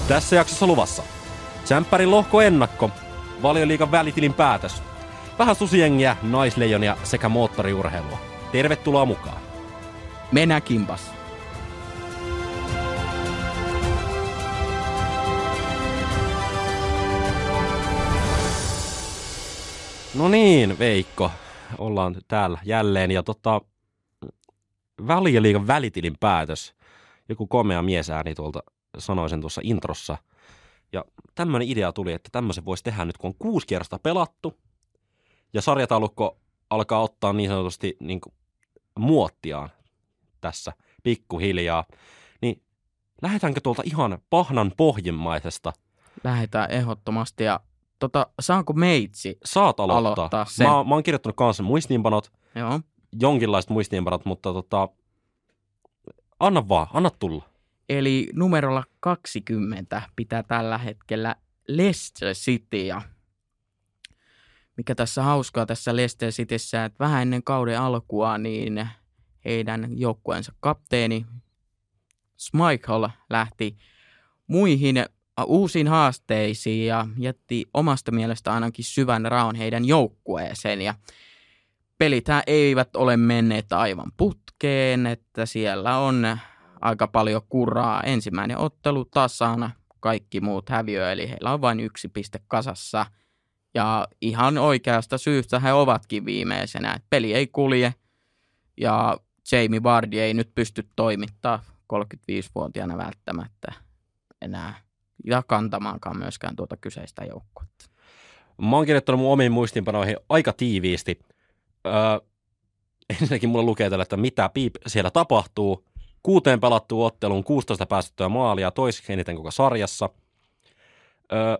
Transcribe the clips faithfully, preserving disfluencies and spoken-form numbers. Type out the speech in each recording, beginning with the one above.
Tässä jaksossa luvassa Tsemppärin lohkoennakko, Valioliigan välitilin päätös, vähän susijengiä, naisleijonia sekä moottoriurheilua. Tervetuloa mukaan. Mennään kimpas. No niin, Veikko, ollaan täällä jälleen ja tota, Valioliigan välitilin päätös. Joku komea miesääni tuolta sanoi sen tuossa introssa. Ja tämmöinen idea tuli, että tämmöisen voisi tehdä nyt, kun on kuusi kierrosta pelattu. Ja sarjataulukko alkaa ottaa niin sanotusti niin kuin muottiaan tässä pikkuhiljaa. Niin lähdetäänkö tuolta ihan pahnan pohjimmaisesta? Lähdetään ehdottomasti. Ja tota, saanko meitsi Saat aloittaa. aloittaa sen? Mä, mä oon kirjoittanut kanssa muistiinpanot. Joo. Jonkinlaiset muistiinpanot, mutta tota, anna vaan, anna tulla. Eli numerolla kaksikymmentä pitää tällä hetkellä Leicester City. Ja mikä tässä hauskaa tässä Leicester Cityssä, että vähän ennen kauden alkua niin heidän joukkueensa kapteeni Schmeichel lähti muihin uusiin haasteisiin ja jätti omasta mielestä ainakin syvän raon heidän joukkueeseen. Ja pelithän eivät ole menneet aivan putkeen, että siellä on aika paljon kuraa. Ensimmäinen ottelu tasana, kaikki muut häviö, eli heillä on vain yksi piste kasassa. Ja ihan oikeasta syystä he ovatkin viimeisenä, että peli ei kulje ja Jamie Vardy ei nyt pysty toimittamaan kolmekymmentäviisivuotiaana välttämättä enää ja kantamaankaan myöskään tuota kyseistä joukkuetta. Mä oon kirjoittanut mun omiin muistiinpanoihin aika tiiviisti. Öö, ensinnäkin mulla lukee tällä, että mitä piip siellä tapahtuu. Kuuteen pelattuun otteluun, kuusitoista päästettyä maalia, toiseksi eniten koko sarjassa. Öö,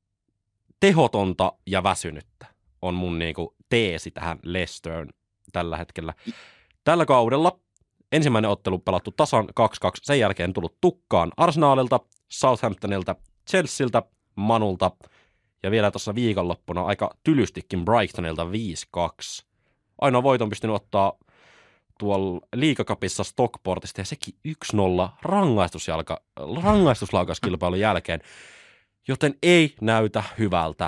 tehotonta ja väsynyttä on mun niinku teesi tähän Leicestern tällä hetkellä. Tällä kaudella ensimmäinen ottelu pelattu tasan kaksi kaksi, sen jälkeen tullut tukkaan Arsenalilta, Southamptonilta, Chelsealtä, Manulta ja vielä tuossa viikonloppuna aika tylystikin Brightonilta viisi kaksi. Ainoa voiton pystynyt ottaa tuolla liigacupissa Stockportista ja sekin yksi nolla rangaistusjalka, rangaistuslaukauskilpailun jälkeen, joten ei näytä hyvältä.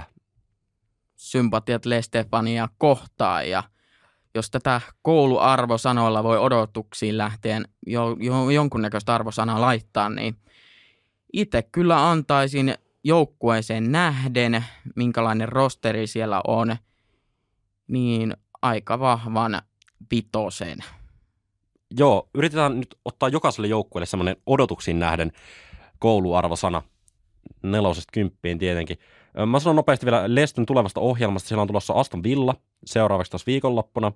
Sympatiat Leicester-fania kohtaan ja jos tätä kouluarvosanoilla voi odotuksiin lähtien jo, jo, jonkunnäköistä arvosanaa laittaa, niin itse kyllä antaisin joukkueeseen nähden, minkälainen rosteri siellä on, niin aika vahvan vitosen. Joo, yritetään nyt ottaa jokaiselle joukkueelle semmoinen odotuksiin nähden kouluarvosana nelosesta kymppiin tietenkin. Mä sanon nopeasti vielä Leicestern tulevasta ohjelmasta. Siellä on tulossa Aston Villa seuraavaksi tuossa viikonloppuna.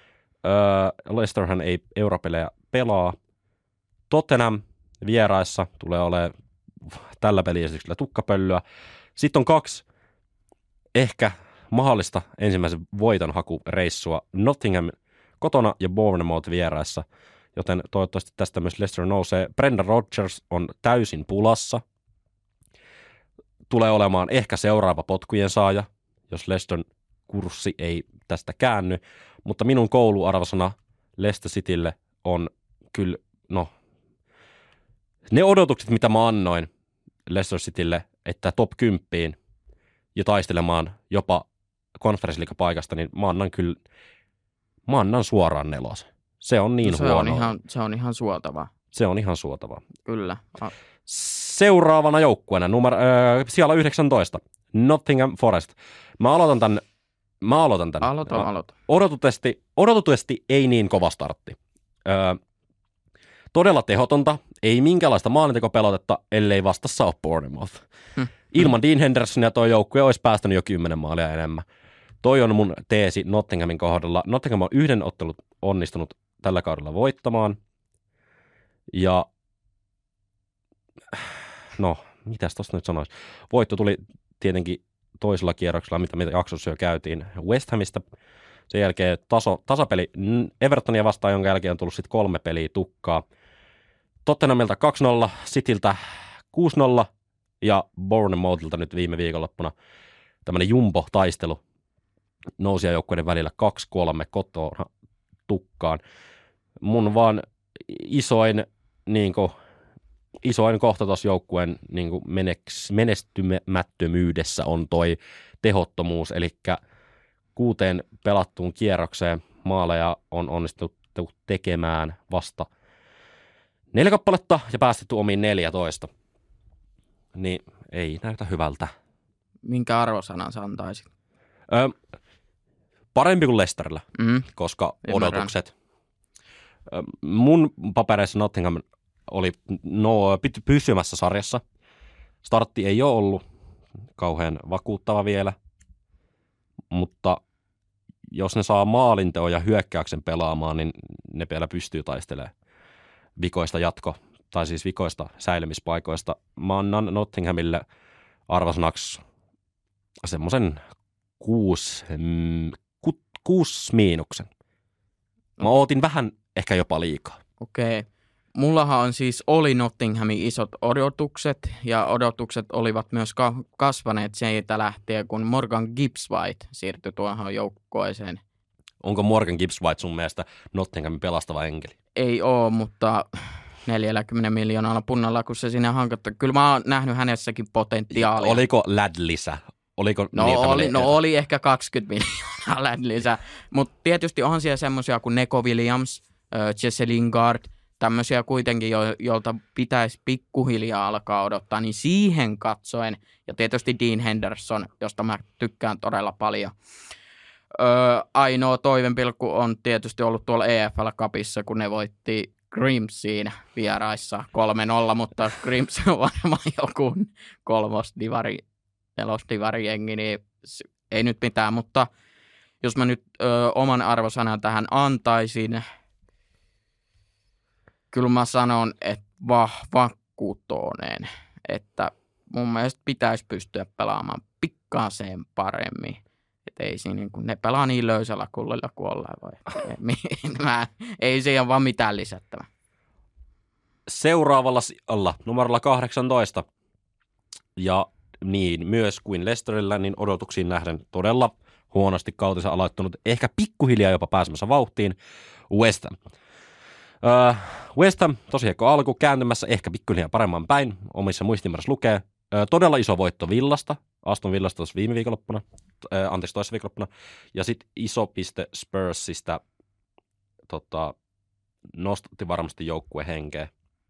Öö, Leicesterhän ei europelejä pelaa. Tottenham vieraissa tulee olemaan tällä peliesityksellä tukkapölyä. Sitten on kaksi ehkä mahdollista ensimmäisen voitonhakureissua. Nottingham kotona ja Bournemouth vieraissa, joten toivottavasti tästä myös Leicester nousee. Brendan Rodgers on täysin pulassa. Tulee olemaan ehkä seuraava potkujen saaja, jos Leicestern kurssi ei tästä käänny. Mutta minun kouluarvosana Leicester Citylle on kyllä, no, ne odotukset, mitä mä annoin Leicester Citylle, että top kymmenen ja taistelemaan jopa konferenssiliigapaikasta, niin mä annan kyllä, mä annan suoraan nelosen. Se on niin no, se huono. On ihan, se on ihan suotavaa. Se on ihan suotavaa. Kyllä. A- Seuraavana joukkueena, numero, öö, siellä yhdeksäntoista, Nottingham Forest. Mä aloitan tän. Mä aloitan tän. Aloita, aloita. Odotuisesti, odotuisesti ei niin kova startti. Öö, todella tehotonta, ei minkäänlaista maalintekopelotetta, ellei vastassa ole Bournemouth. Hmm. Ilman Dean Hendersonia toi joukkue olisi päästänyt jo kymmenen maalia enemmän. Toi on mun teesi Nottinghamin kohdalla. Nottingham on yhden ottelut onnistunut tällä kaudella voittamaan. Ja no, mitäs tosta nyt sanoisi? Voitto tuli tietenkin toisella kierroksella, mitä, mitä jaksossa jo käytiin West Hamista. Sen jälkeen taso, tasapeli Evertonia vastaan, jonka jälkeen on tullut sitten kolme peliä tukkaa. Tottenhamilta kaksi nolla, Cityltä kuusi nolla ja Bournemouthilta nyt viime viikonloppuna tämmöinen jumbo-taistelu nousijajoukkueiden välillä kaksi kolme kotona tukkaan. Mun vaan isoin niin kuin, isoin kohta tuossa joukkueen niin menestymättömyydessä on toi tehottomuus, eli kuuteen pelattuun kierrokseen maaleja on onnistuttu tekemään vasta neljä kappaletta ja päästetty omiin neljätoista. Niin ei näytä hyvältä. Minkä arvosanan sä antaisit? Ö, parempi kuin Leicesterillä, Mm. koska Ymmärrän. odotukset. Ö, mun papereissa Nottingham oli no, pysymässä sarjassa. Startti ei ole ollut kauhean vakuuttava vielä, mutta jos ne saa maalinteon ja hyökkäyksen pelaamaan, niin ne vielä pystyy taistelemaan vikoista jatko, tai siis vikoista säilymispaikoista. Mä annan Nottinghamille arvosanaksi semmoisen kuusi, mm, ku, kuusi miinuksen. Mä ootin vähän ehkä jopa liikaa. Okei. Okay. Mullahan on siis oli Nottinghamin isot odotukset, ja odotukset olivat myös ka- kasvaneet siitä lähtien, kun Morgan Gibbs-White siirtyi tuohon joukkoeseen. Onko Morgan Gibbs-White sun mielestä Nottinghamin pelastava enkeli? Ei oo, mutta neljäkymmentä miljoonalla punnalla, kun se sinne hankattu. Kyllä mä oon nähnyt hänessäkin potentiaalia. Oliko lad-lisä? Oliko No niitä oli, meni- no oli ehkä kaksikymmentä miljoonaa län lisää, mutta tietysti onhan siellä semmoisia kuin Neco Williams, äh, Jesse Lingard, tämmöisiä kuitenkin, jo, joilta pitäisi pikkuhiljaa alkaa odottaa, niin siihen katsoen, ja tietysti Dean Henderson, josta mä tykkään todella paljon. Öö, ainoa toivenpilkku on tietysti ollut tuolla E F L-kapissa, kun ne voitti Grimsiin vieraissa kolme nolla, mutta Grims on varmaan joku kolmosdivari, nelosdivari-jengi, niin ei nyt mitään, mutta jos mä nyt ö, oman arvosanan tähän antaisin, kyllä mä sanon, että vahva kutonen, että mun mielestä pitäisi pystyä pelaamaan pikkaaseen paremmin. Että ei siinä, niin kuin, ne pelaa niin löysällä kullilla kuin ollaan vai. Mä, ei siihen vaan mitään lisättävää. Seuraavalla sijalla, numerolla kahdeksantoista, ja niin myös kuin Leicesterillä, niin odotuksiin nähden todella huonosti kautensa aloittanut, ehkä pikkuhiljaa jopa pääsemässä vauhtiin, West Ham. Öö, West Ham, tosi heikko alku, kääntymässä ehkä pikkuhiljaa paremman päin, omissa muistiinpanoissa lukee. Öö, todella iso voitto Villasta, Aston Villasta tuossa viime viikonloppuna, öö, anteeksi toisessa viikonloppuna, ja sitten iso piste Spursista, tota, nostatti varmasti joukkueen henkeä.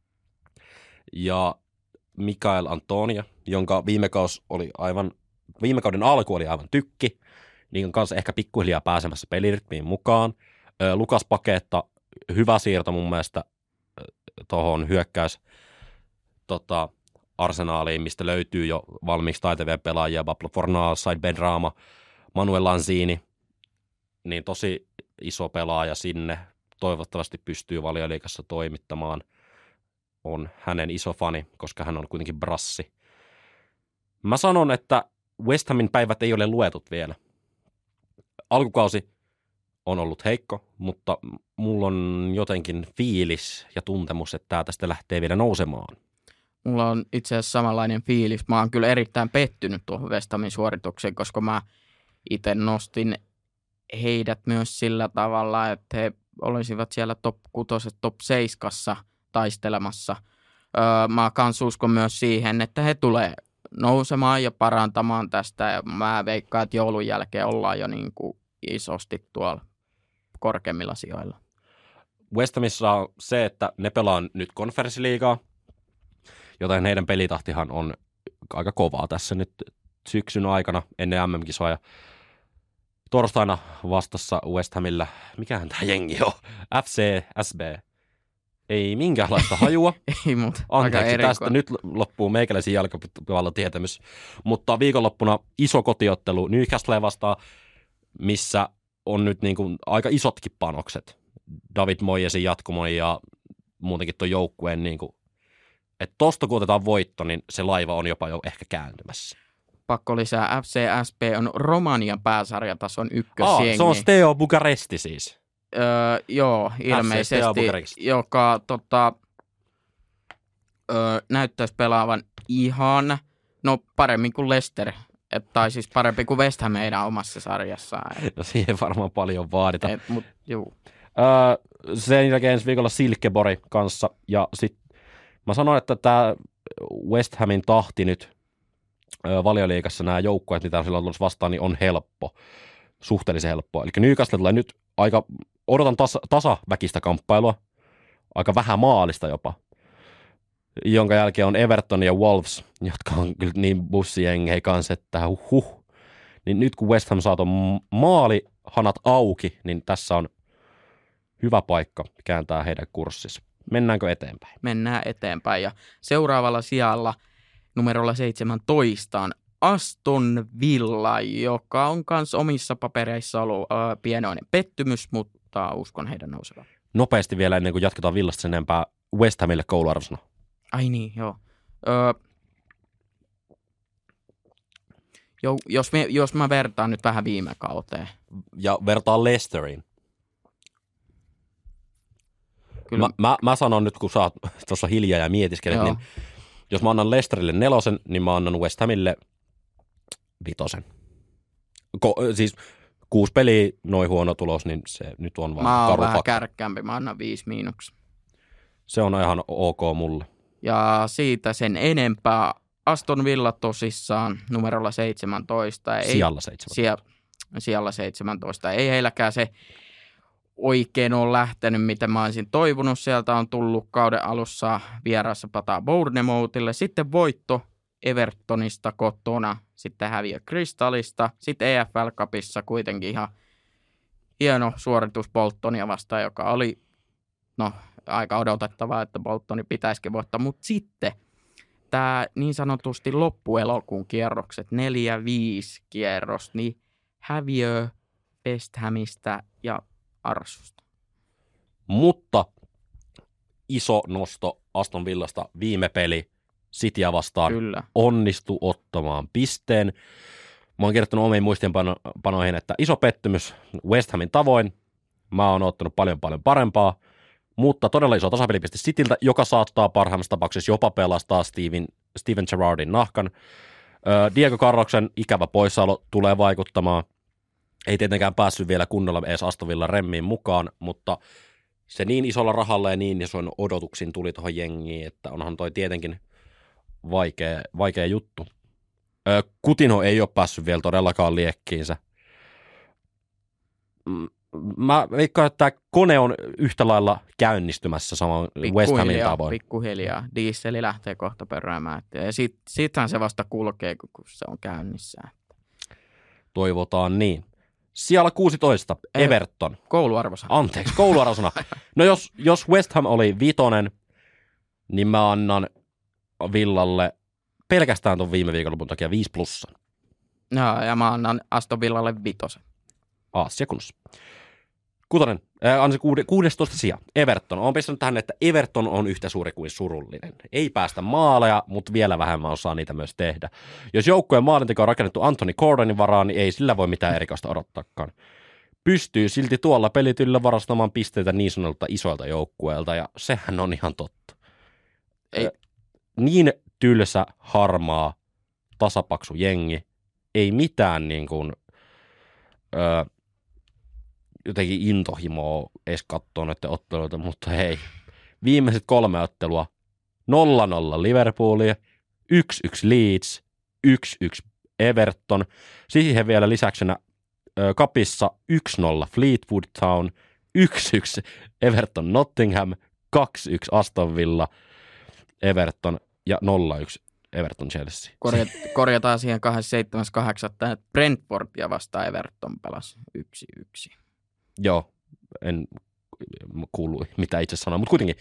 Ja Mikael Antonio, jonka viime, kaus oli aivan, viime kauden alku oli aivan tykki, niin on kanssa ehkä pikkuhiljaa pääsemässä pelirytmiin mukaan. Ö, Lukas Paketta, hyvä siirto mun mielestä tuohon hyökkäys tota, arsenaaliin, mistä löytyy jo valmiiksi taitavia pelaajia, Pablo Fornal, Said Benrahma, Manuel Lanzini, niin tosi iso pelaaja sinne, toivottavasti pystyy Valioliigassa toimittamaan. On hänen iso fani, koska hän on kuitenkin brassi. Mä sanon, että West Hamin päivät ei ole luetut vielä. Alkukausi on ollut heikko, mutta mulla on jotenkin fiilis ja tuntemus, että tää tästä lähtee vielä nousemaan. Mulla on itse asiassa samanlainen fiilis. Mä oon kyllä erittäin pettynyt tuohon West Hamin suoritukseen, koska mä itse nostin heidät myös sillä tavalla, että he olisivat siellä top kutoset, top seiskassa taistelemassa. Öö, mä kans uskon myös siihen, että he tulee nousemaan ja parantamaan tästä. Ja mä veikkaan, että joulun jälkeen ollaan jo niin kuin isosti tuolla korkeimmilla sijoilla. West Hamissa on se, että ne pelaa nyt konferenssiliigaa, joten heidän pelitahtihan on aika kovaa tässä nyt syksyn aikana ennen M M-kisoja. Torstaina vastassa West Hamilla, mikähän tämä jengi on, F C S B. Ei minkäänlaista hajua. Ei muuta. Anteeksi, tästä nyt loppuu meikäläisen jalkapallotietämys. Mutta viikonloppuna iso kotiottelu Newcastle vastaan, missä on nyt niin kuin aika isotkin panokset. David Moyesin jatkumon ja muutenkin tuon joukkueen, niin kuin, että tosta kun otetaan voitto, niin se laiva on jopa jo ehkä kääntymässä. Pakko lisää, F C S B on Romanian pääsarjatason ykkösjengi. Aa, se on Steaua Bukaresti siis. Öö, joo, ilmeisesti, joka tota, öö, näyttäisi pelaavan ihan, no paremmin kuin Leicester, et, tai siis parempi kuin West Ham meidän omassa sarjassaan. Et, no siihen varmaan paljon vaadita. et, mut, juu. Öö, sen jälkeen ensi viikolla Silkeborg kanssa, ja sitten Mä sanon, että tämä West Hamin tahti nyt ö, Valioliigassa nämä joukkueet, mitä on silloin tullut vastaan, niin on helppo. Suhteellisen helppoa. Eli Newcastle tulee nyt aika, odotan tasa, tasaväkistä kamppailua, aika vähän maalista jopa, jonka jälkeen on Everton ja Wolves, jotka on kyllä niin bussijengejä kanssa, että huh, huh. Niin nyt kun West Ham saa ton maalihanat auki, niin tässä on hyvä paikka kääntää heidän kurssissa. Mennäänkö eteenpäin? Mennään eteenpäin ja seuraavalla sijalla numerolla seitsemäntoista on Aston Villa, joka on myös omissa papereissa ollut äh, pienoinen pettymys, mutta uskon heidän nousevan. Nopeasti vielä ennen kuin jatketaan Villasta sen enempää West Hamille kouluarvosana. Ai niin, joo. Öö, jo, jos, me, jos mä vertaan nyt vähän viime kauteen. Ja vertaan Leicesteriin. Kyllä. Mä, mä, mä sanon nyt, kun sä oot tuossa hiljaa ja mietiskelet, niin jos mä annan Leicesterille nelosen, niin mä annan West Hamille vitosen. Ko, siis kuusi peliä, noin huono tulos, niin se nyt on vaan mä oon vähän fakta. kärkkäämpi, mä annan viisi miinuksen. Se on ihan ok mulle. Ja siitä sen enempää Aston Villa tosissaan numerolla seitsemäntoista. Ei, Sijalla seitsemäntoista. Sija, sijalla seitsemäntoista. Ei heilläkään se oikein ole lähtenyt, mitä mä olisin toivonut. Sieltä on tullut kauden alussa vieraassa pataa Bournemouthille. Sitten voitto Evertonista kotona. Sitten häviö Crystalista. Sitten E F L Cupissa kuitenkin ihan hieno suoritus Boltonia vastaan, joka oli no, aika odotettavaa, että Boltoni pitäisikin voittaa. Mutta sitten tämä niin sanotusti loppuelokuun kierrokset, neljä viisi kierros, niin häviö West Hamista ja Arsusta. Mutta iso nosto Aston Villasta viime peli Cityä vastaan. Kyllä. Onnistu ottamaan pisteen. Mä oon kirjoittanut omiin muistiinpanoihin, että iso pettymys West Hamin tavoin. Mä oon ottanut paljon paljon parempaa, mutta todella iso tasapelipiste Cityltä, joka saattaa parhaimmassa tapauksessa jopa pelastaa Steven, Steven Gerrardin nahkan. Diego Carloksen ikävä poissaolo tulee vaikuttamaan. Ei tietenkään päässyt vielä kunnolla edes Aston Villan remmiin mukaan, mutta se niin isolla rahalla ja niin isoin odotuksin tuli tuohon jengiin, että onhan toi tietenkin vaikea, vaikea juttu. Coutinho ei ole päässyt vielä todellakaan liekkiinsä. Mä veikkaan, että tämä kone on yhtä lailla käynnistymässä samoin West Hamin tavoin. Pikkuhiljaa. Dieseli lähtee kohta peräämään. Ja sit, sittenhän se vasta kulkee, kun se on käynnissä. Toivotaan niin. Siellä kuusitoista, Everton. Kouluarvosana. Anteeksi, kouluarvosana. No jos, jos West Ham oli vitonen, niin mä annan Villalle pelkästään tuon viime viikonlopun takia viisi plussan. No, ja mä annan Aston Villalle vitosen. Asia kunnossa. Kutonen, äh, ansi kuudestoista sija. Everton. Olen pistänyt tähän, että Everton on yhtä suuri kuin surullinen. Ei päästä maaleja, mutta vielä vähemmän osaa niitä myös tehdä. Jos joukkueen maalinteko on rakennettu Anthony Gordonin varaan, niin ei sillä voi mitään erikoista odottaakaan. Pystyy silti tuolla pelityllä varastamaan pisteitä niin sanotulta isoilta joukkueelta, ja sehän on ihan totta. Ei. Niin tylsä, harmaa, tasapaksu jengi. Ei mitään niin kuin Öö, jotenkin intohimoa edes katsoa noiden otteluita, mutta hei, viimeiset kolme ottelua, nolla nolla Liverpoolia, yksi yksi Leeds, yksi yksi Everton, siihen vielä lisäksenä öö, kapissa yksi nolla Fleetwood Town, yksi yksi Everton Nottingham, kaksi yksi Aston Villa, Everton ja nolla yksi Everton Chelsea. Korjat, korjataan siihen kahdeskymmenesseitsemäs kahdeksattä että Brentfordia vastaan Everton pelasi yksi yksi. Joo, en kuulu mitä itse sanoin, mutta kuitenkin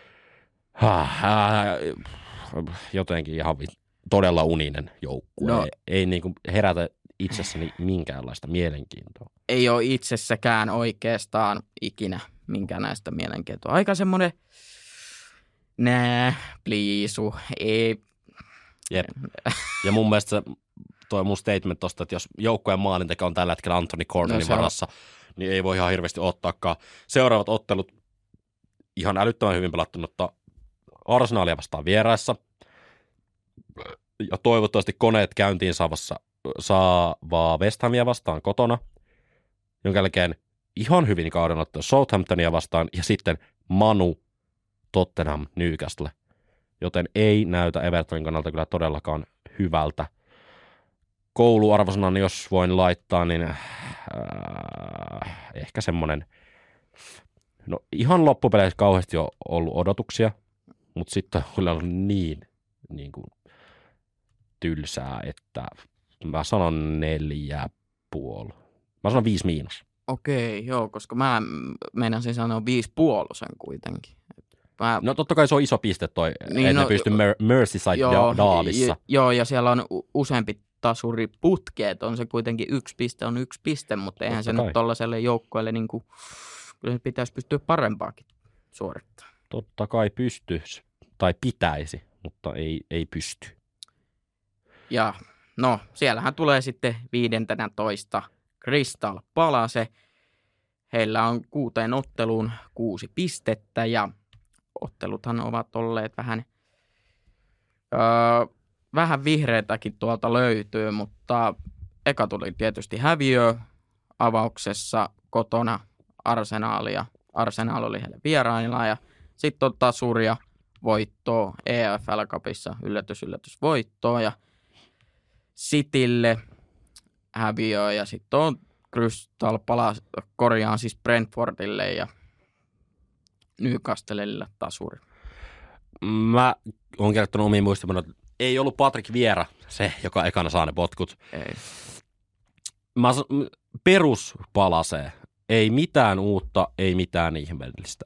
äh, äh, jotenkin ihan todella uninen joukkue. No, ei, ei niin kuin herätä itsessäni minkäänlaista mielenkiintoa. Ei ole itsessäkään oikeastaan ikinä minkään näistä mielenkiintoa. Aika semmoinen nää, pliisu, ei. Jep. Ja mun mielestä se, toi mun statement tosta, että jos joukkueen maalinteko on tällä hetkellä Anthony Gordonin no, varassa, niin ei voi ihan hirveästi ottaakaan. Seuraavat ottelut ihan älyttömän hyvin pelattu, mutta Arsenalia vastaan vieraissa. Ja toivottavasti koneet käyntiin saavassa, saavaa West Hamia vastaan kotona. Jonka jälkeen ihan hyvin kaudenotto Southamptonia vastaan ja sitten Manu, Tottenham, Newcastle. joten ei näytä Evertonin kannalta kyllä todellakaan hyvältä. Kouluarvosanani, jos voin laittaa, niin äh, ehkä semmoinen, no ihan loppupeleissä kauheasti on ollut odotuksia, mutta sitten on kyllä ollut niin, niin kuin tylsää, että mä sanon neljä puoli. Mä sanon viisi miinus. Okei, joo, koska mä meinasin sanoa viisi puolosen kuitenkin. Mä... No totta kai se on iso piste toi, niin, että no, ne pystyy Mer- Merseyside-Daalissa. Joo, ja siellä on useampi tasuri putkeet, on se kuitenkin yksi piste, on yksi piste, mutta eihän totta se kai nyt tollaiselle joukkoille, niin kuin, kyllä se pitäisi pystyä parempaakin suorittamaan. Totta kai pystyisi, tai pitäisi, mutta ei, ei pysty. Ja no, siellähän tulee sitten viidentenä toista Crystal Palace. Heillä on kuuteen otteluun kuusi pistettä ja otteluthan ovat olleet vähän, öö, vähän vihreitäkin tuolta löytyy, mutta eka tuli tietysti häviö avauksessa kotona Arsenaalia. Arsenal oli heille vierailla ja sitten on tasuria voittoa E F L Cupissa, yllätys yllätys voittoa ja Citylle häviö ja sitten on Crystal Palace, korjaan siis Brentfordille ja Newcastlelle tasuri. Mä oon kertonut omiin muistamana, että ei ollut Patrick Vieira se, joka ekana saa ne potkut. Ei. Mä perus Palasee. Ei mitään uutta, ei mitään ihmeellistä.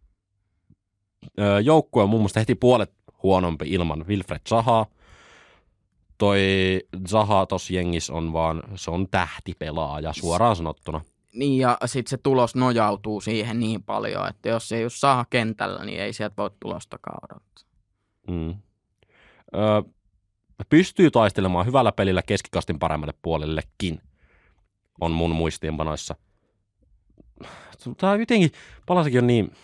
Joukkue on mun mielestä heti puolet huonompi ilman Wilfred Zahaa. Toi Zaha tossa jengissä on vaan, se on tähtipelaaja suoraan sanottuna. Niin ja sitten se tulos nojautuu siihen niin paljon, että jos ei jos saa kentällä, niin ei sieltä voi tulostakaan odottaa. Mm. Öö, pystyy taistelemaan hyvällä pelillä keskikastin paremmalle puolellekin, on mun muistiinpanoissa. Tämä jotenkin, Palasikin on niin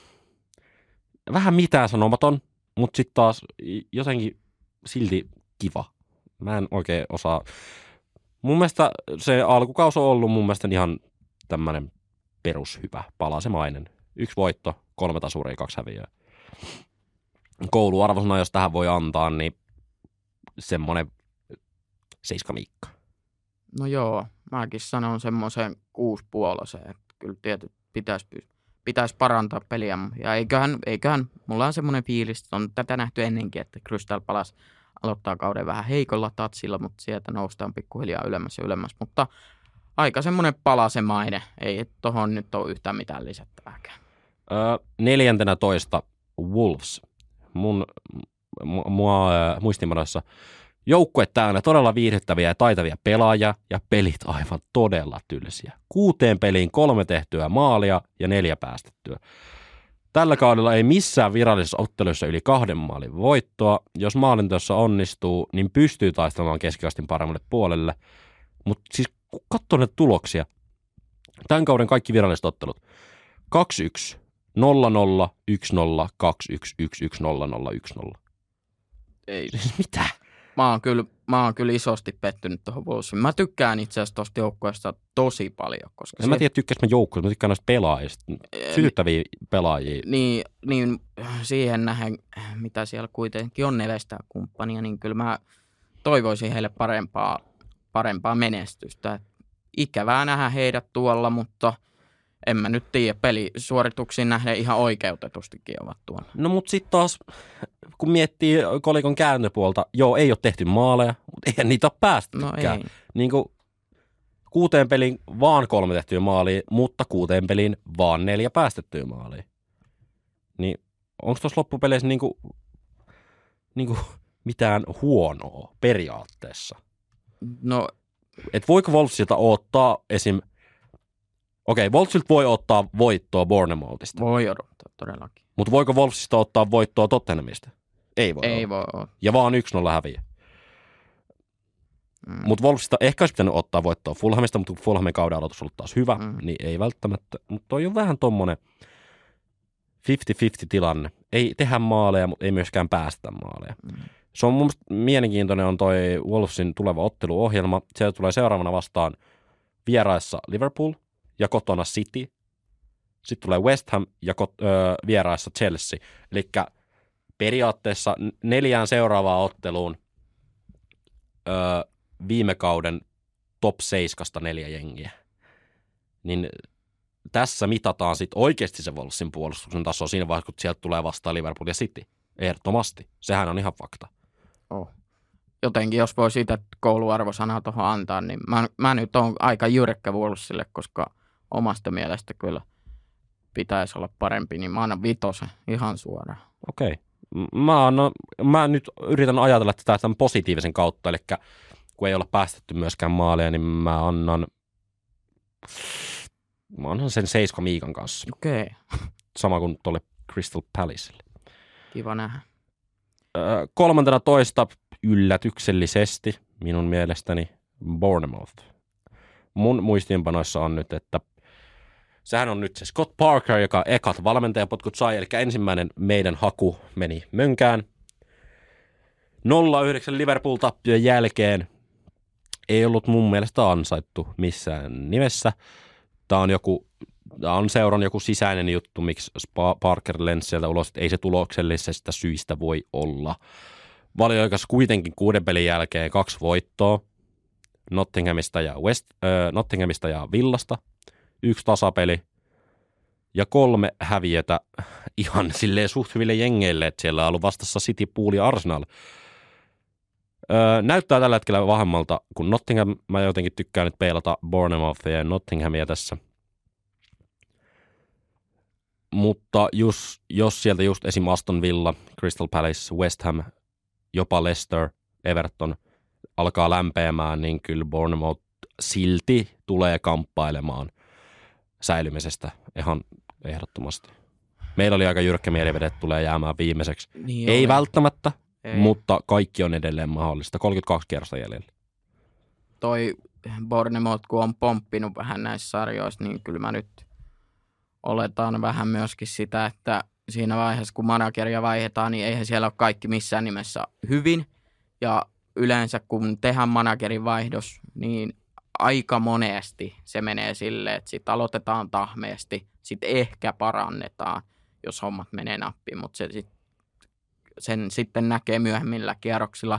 vähän mitään sanomaton, mutta sitten taas jotenkin silti kiva. Mä en oikein osaa. Mun mielestä se alkukausi on ollut mun mielestä ihan tämmönen perushyvä, palasemainen. Yksi voitto, kolme tasuria, kaksi häviöä. Kouluarvosana, jos tähän voi antaa, niin semmonen seiska miikka. No joo, mäkin sanon semmoisen kuusi puoloseen, että kyllä tietysti pitäisi, pitäisi parantaa peliä. Ja eiköhän, eiköhän mulla on semmoinen fiilis, että on tätä nähty ennenkin, että Crystal Palace aloittaa kauden vähän heikolla tatsilla, mutta sieltä noustaan pikkuhiljaa ylemmäs ja ylemmäs. Mutta aika semmoinen palasemainen. Ei tohon nyt ole yhtään mitään lisättävääkään. Öö, neljäntenä toista Wolves. Mun mua äh, muistinpanoissa joukkue täynnä todella viihdyttäviä ja taitavia pelaajia ja pelit aivan todella tylsiä. Kuuteen peliin kolme tehtyä maalia ja neljä päästettyä. Tällä kaudella ei missään virallisessa ottelussa yli kahden maalin voittoa. Jos maalinteossa onnistuu, niin pystyy taistelemaan keskikastin paremmalle puolelle. Mutta siis katso näitä tuloksia. Tämän kauden kaikki viralliset ottelut. kaksi yksi, nolla nolla, yksi nolla, kaksi yksi, yksi yksi, nolla nolla, yksi nolla. Ei. Siis mitä? Mä oon kyllä, mä oon kyllä isosti pettynyt tuohon Wolvesiin. Mä tykkään itse asiassa tuosta joukkueesta tosi paljon. Koska en se... mä tiedä, tykkäis mä joukkueesta, mä tykkään noista pelaajista. Sytyttäviä pelaajia. Niin, niin siihen nähen, mitä siellä kuitenkin on Nevestä kumppania, niin kyllä mä toivoisin heille parempaa, parempaa menestystä. Ikävää nähdä heidät tuolla, mutta en mä nyt tiedä. Pelisuorituksiin nähden ihan oikeutetustikin ovat tuolla. No mut sit taas, kun miettii kolikon kääntöpuolta, joo, ei ole tehty maaleja, mutta eihän niitä ole päästetykään. No ei. Niin kuin kuuteen peliin vaan kolme tehtyä maalia, mutta kuuteen peliin vaan neljä päästettyä maalia. Niin onko tuossa loppupeleissä niinku, niinku mitään huonoa periaatteessa? No. Et voiko Wolvesilta ottaa esim. Okei, okay, Wolvesilta voi ottaa voittoa Bournemouthista. Voi odottaa todellakin. Mutta voiko Wolvesista ottaa voittoa Tottenhamista? Ei voi. Ei voi olla. Ja vaan yksi nolla häviä. Mm. Mutta Wolvesista ehkä olisi pitänyt ottaa voittoa Fulhamista, mutta kun Fulhamin kauden aloitus on ollut taas hyvä, mm. niin ei välttämättä. Mutta toi on vähän tommonen viisikymmentä viisikymmentä tilanne. Ei tehdä maaleja, mutta ei myöskään päästä maaleja. Mm. Se on mun mielestä mielenkiintoinen on toi Wolvesin tuleva otteluohjelma. Sieltä tulee seuraavana vastaan vieraissa Liverpool ja kotona City. Sitten tulee West Ham ja kot, öö, vieraissa Chelsea. Eli periaatteessa neljään seuraavaan otteluun öö, viime kauden top seiskasta neljä jengiä. Niin tässä mitataan sitten oikeasti se Wolvesin puolustuksen taso siinä vaiheessa, kun sieltä tulee vastaan Liverpool ja City. Ehdottomasti. Sehän on ihan fakta. Oh. Jotenkin, jos voi siitä kouluarvosanaa tuohon antaa, niin mä, mä nyt oon aika jyrkkä Wolvesille, koska omasta mielestä kyllä pitäisi olla parempi, niin mä annan vitosen ihan suoraan. Okei. Mä, annan, mä nyt yritän ajatella tätä tämän positiivisen kautta, eli kun ei olla päästetty myöskään maalia, niin mä annan, mä annan sen seiska Miikan kanssa. Okei. Sama kuin tuolle Crystal Palacelle. Kiva nähdä. Öö, kolmantena toista yllätyksellisesti minun mielestäni Bournemouth. Mun muistiinpanoissa on nyt, että sehän on nyt se Scott Parker, joka ekat valmentajapotkut sai, eli ensimmäinen meidän haku meni mönkään. nolla yhdeksän Liverpool-tappion jälkeen ei ollut mun mielestä ansaittu missään nimessä. Tämä on, joku, tämä on seuran joku sisäinen juttu, miksi Parker lensi sieltä ulos, että ei se tuloksellisesta syistä voi olla. Valioikas kuitenkin kuuden pelin jälkeen kaksi voittoa Nottinghamista ja, West, äh, Nottinghamista ja Villasta, yksi tasapeli ja kolme häviötä ihan silleen suht hyville jengeille, että siellä on ollut vastassa City, Pool ja Arsenal. Öö, näyttää tällä hetkellä vahemmalta kuin Nottingham. Mä jotenkin tykkään nyt peilata Bournemouthia ja Nottinghamia tässä. Mutta jos, jos sieltä just esim. Aston Villa, Crystal Palace, West Ham, jopa Leicester, Everton alkaa lämpeämään, niin kyllä Bournemouth silti tulee kamppailemaan säilymisestä ihan ehdottomasti. Meillä oli aika jyrkkä mielipide, että tulee jäämään viimeiseksi. Niin Ei oli. välttämättä, Ei. mutta kaikki on edelleen mahdollista. kolmekymmentäkaksi kierrosta jäljellä. Toi Bournemouth, kun on pomppinut vähän näissä sarjoissa, niin kyllä mä nyt oletan vähän myöskin sitä, että siinä vaiheessa, kun manageria vaihdetaan, niin eihän siellä ole kaikki missään nimessä hyvin. Ja yleensä, kun tehdään managerin vaihdos, niin aika monesti se menee silleen, että sitten aloitetaan tahmeesti, sitten ehkä parannetaan, jos hommat menee nappiin, mutta se sit, sen sitten näkee myöhemmillä kierroksilla.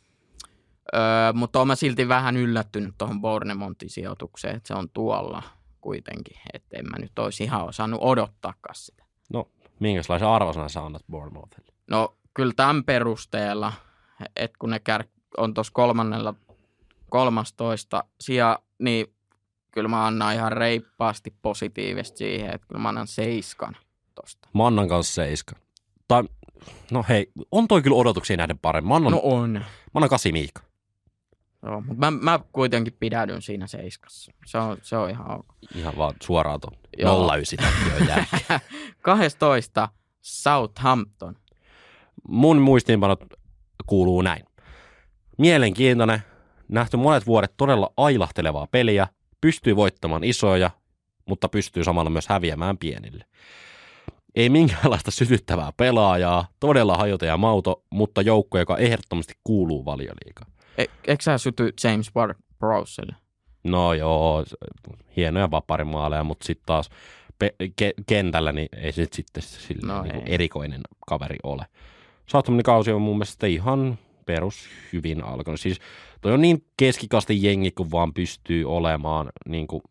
Öö, mutta olen silti vähän yllättynyt tuohon Bournemouthin sijoitukseen, että se on tuolla kuitenkin, että en mä nyt olisi ihan osannut odottaakaan sitä. No, minkälaisen arvosanan sä annat Bournemouthille? No, kyllä tämän perusteella, että kun ne kär- on tuossa kolmannella, kolmastoista sija, niin kyllä mä annan ihan reippaasti positiivisesti siihen, että kyllä mä annan seiskan tosta. Mä annan kanssa seiska. Tai, no hei, on toi kyllä odotuksia nähden paremmin. Mä annan, No on. mä annan kasi Miika. Joo, mutta mä, mä kuitenkin pidäydyn siinä seiskassa. Se on, se on ihan ok. Ihan vaan suoraan tuon Joo. nolla yhdeksän tappioon jälkeen. kaksitoista Southampton. Mun muistiinpanot kuuluu näin. Mielenkiintoinen, nähty monet vuodet todella ailahtelevaa peliä, pystyy voittamaan isoja, mutta pystyy samalla myös häviämään pienille. Ei minkäänlaista sytyttävää pelaajaa, todella hajota ja mauto, mutta joukko, joka ehdottomasti kuuluu Valioliigaan. E, eikö sä syty James Ward-Prowselle? No joo, hienoja vaparimaaleja, mutta sitten taas pe- ke- kentällä niin ei se sitten sille No niin ei. erikoinen kaveri ole. Southamptonin kausi on mun mielestä ihan perus hyvin alkanut. Siis toi on niin keskikasten jengi, kun vaan pystyy olemaan, niin kuin,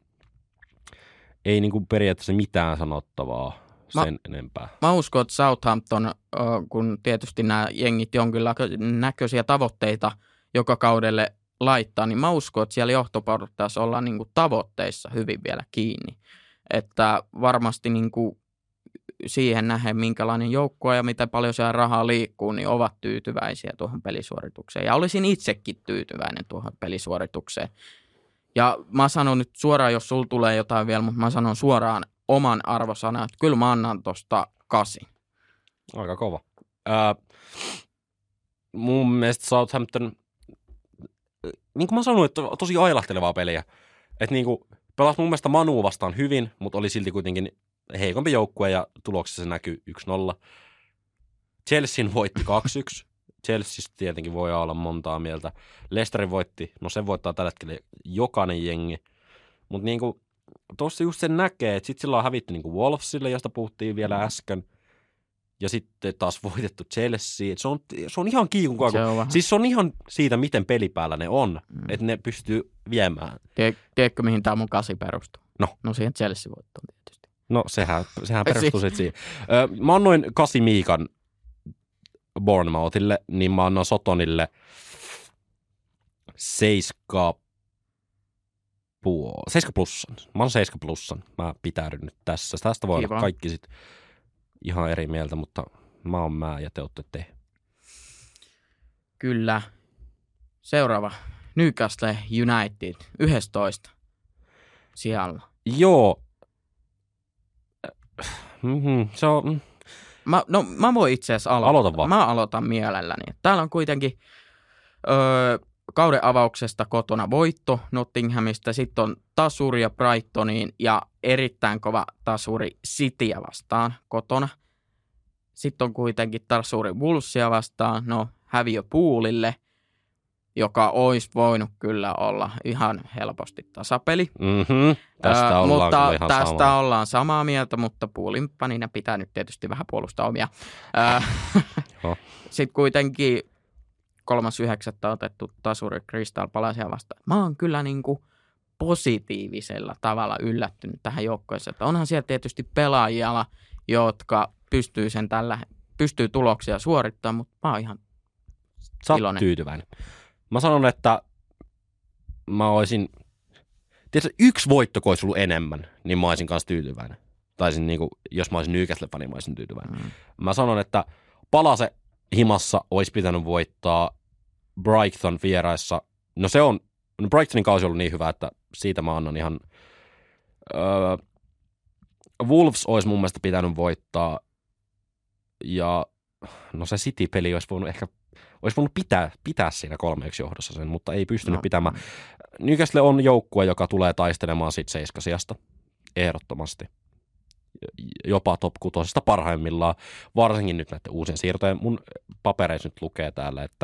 ei niin kuin periaatteessa mitään sanottavaa Mä- sen enempää. Mä uskon, että Southampton, ö, kun tietysti nämä jengit jonkinnäköisiä tavoitteita joka kaudelle laittaa, niin mä uskon, että siellä johtoportaassa ollaan niin kuin tavoitteissa hyvin vielä kiinni. Että varmasti niin kuin siihen nähden, minkälainen joukkue ja miten paljon siellä rahaa liikkuu, niin ovat tyytyväisiä tuohon pelisuoritukseen. Ja olisin itsekin tyytyväinen tuohon pelisuoritukseen. Ja mä sanon nyt suoraan, jos sulla tulee jotain vielä, mutta mä sanon suoraan oman arvosanan, että kyllä mä annan tosta kasi. Aika kova. Ää, mun mielestä Southampton, niin kuin mä sanoin, että tosi ailahtelevaa peliä. Että niin kuin pelasi mun mielestä Manu vastaan hyvin, mutta oli silti kuitenkin heikompi joukkue ja tuloksessa se näkyy yksi nolla. Chelsean voitti kaksi yksi. Chelseasta tietenkin voi olla montaa mieltä. Leicesterin voitti, no sen voittaa tällä hetkellä jokainen jengi. Mutta niinku, tuossa just sen näkee, että sitten sillä on hävitty niinku Wolvesille, josta puhuttiin vielä äsken. ja sitten taas voitettu Chelsea. Se on, se on ihan kiikun kaikun. Se on Siis se on ihan siitä, miten pelipäällä ne on, mm. että ne pystyy viemään. Tiedätkö, mihin tämä mun kasi perustuu? No. No siihen Chelsea-voittoon tietysti. No sehän, sehän perustuu sitten siihen. Ö, mä annoin kasi Miikan Bournemouthille, niin mä annan Sotonille seiska puol... seiska plussan. Mä annan seiska plussan. Mä pitäydyn nyt tässä. Tästä voi Kiva. olla kaikki sit ihan eri mieltä, mutta mä oon mä ja te ootte te. Kyllä. Seuraava. Newcastle United. yksitoista siellä. Joo. Mm-hmm. Se on... Mä, no, mä voin itse asiassa aloittaa. Aloita vaan. Mä aloitan mielelläni. Täällä on kuitenkin öö, kauden avauksesta kotona voitto Nottinghamista. Sitten on tasuri ja Brightoniin ja erittäin kova tasuri Cityä vastaan kotona. Sitten on kuitenkin tasuri Wolvesia vastaan. No, häviö Poolille, joka olisi voinut kyllä olla ihan helposti tasapeli. Mm-hmm. Tästä Ö, ollaan mutta kyllä ihan tästä samaa. ollaan samaa mieltä, mutta Poolin panina pitää nyt tietysti vähän puolustaa omia. Joo. Sitten kuitenkin kolmas yhdeksättä otettu tasuri Crystal Palacea vastaan. Mä oon kyllä niin kuin positiivisella tavalla yllättynyt tähän joukkueeseen. Että onhan siellä tietysti pelaajia, jotka pystyy sen tällä, pystyy tuloksia suorittamaan, mutta mä oon ihan Sä oot iloinen. tyytyväinen. Mä sanon, että mä olisin, tiedätkö, yksi voitto, kun olisi ollut enemmän, niin mä olisin kanssa tyytyväinen. Tai niin kuin, jos mä olisin Newcastle-fani, mä olisin tyytyväinen. Mm. Mä sanon, että Palase himassa olisi pitänyt voittaa Brighton vieraissa. No se on, no Brightonin kausi on ollut niin hyvä, että siitä mä annan ihan, öö, Wolves olisi mun mielestä pitänyt voittaa. Ja no se City-peli olisi voinut ehkä, olisi voinut pitää, pitää siinä kolme yksi johdossa sen, mutta ei pystynyt no. pitämään. Newcastle on joukkue, joka tulee taistelemaan siitä seiskasijasta, ehdottomasti. Jopa top kutosesta parhaimmillaan, varsinkin nyt näiden uusien siirtojen. Mun papereissa nyt lukee täällä, että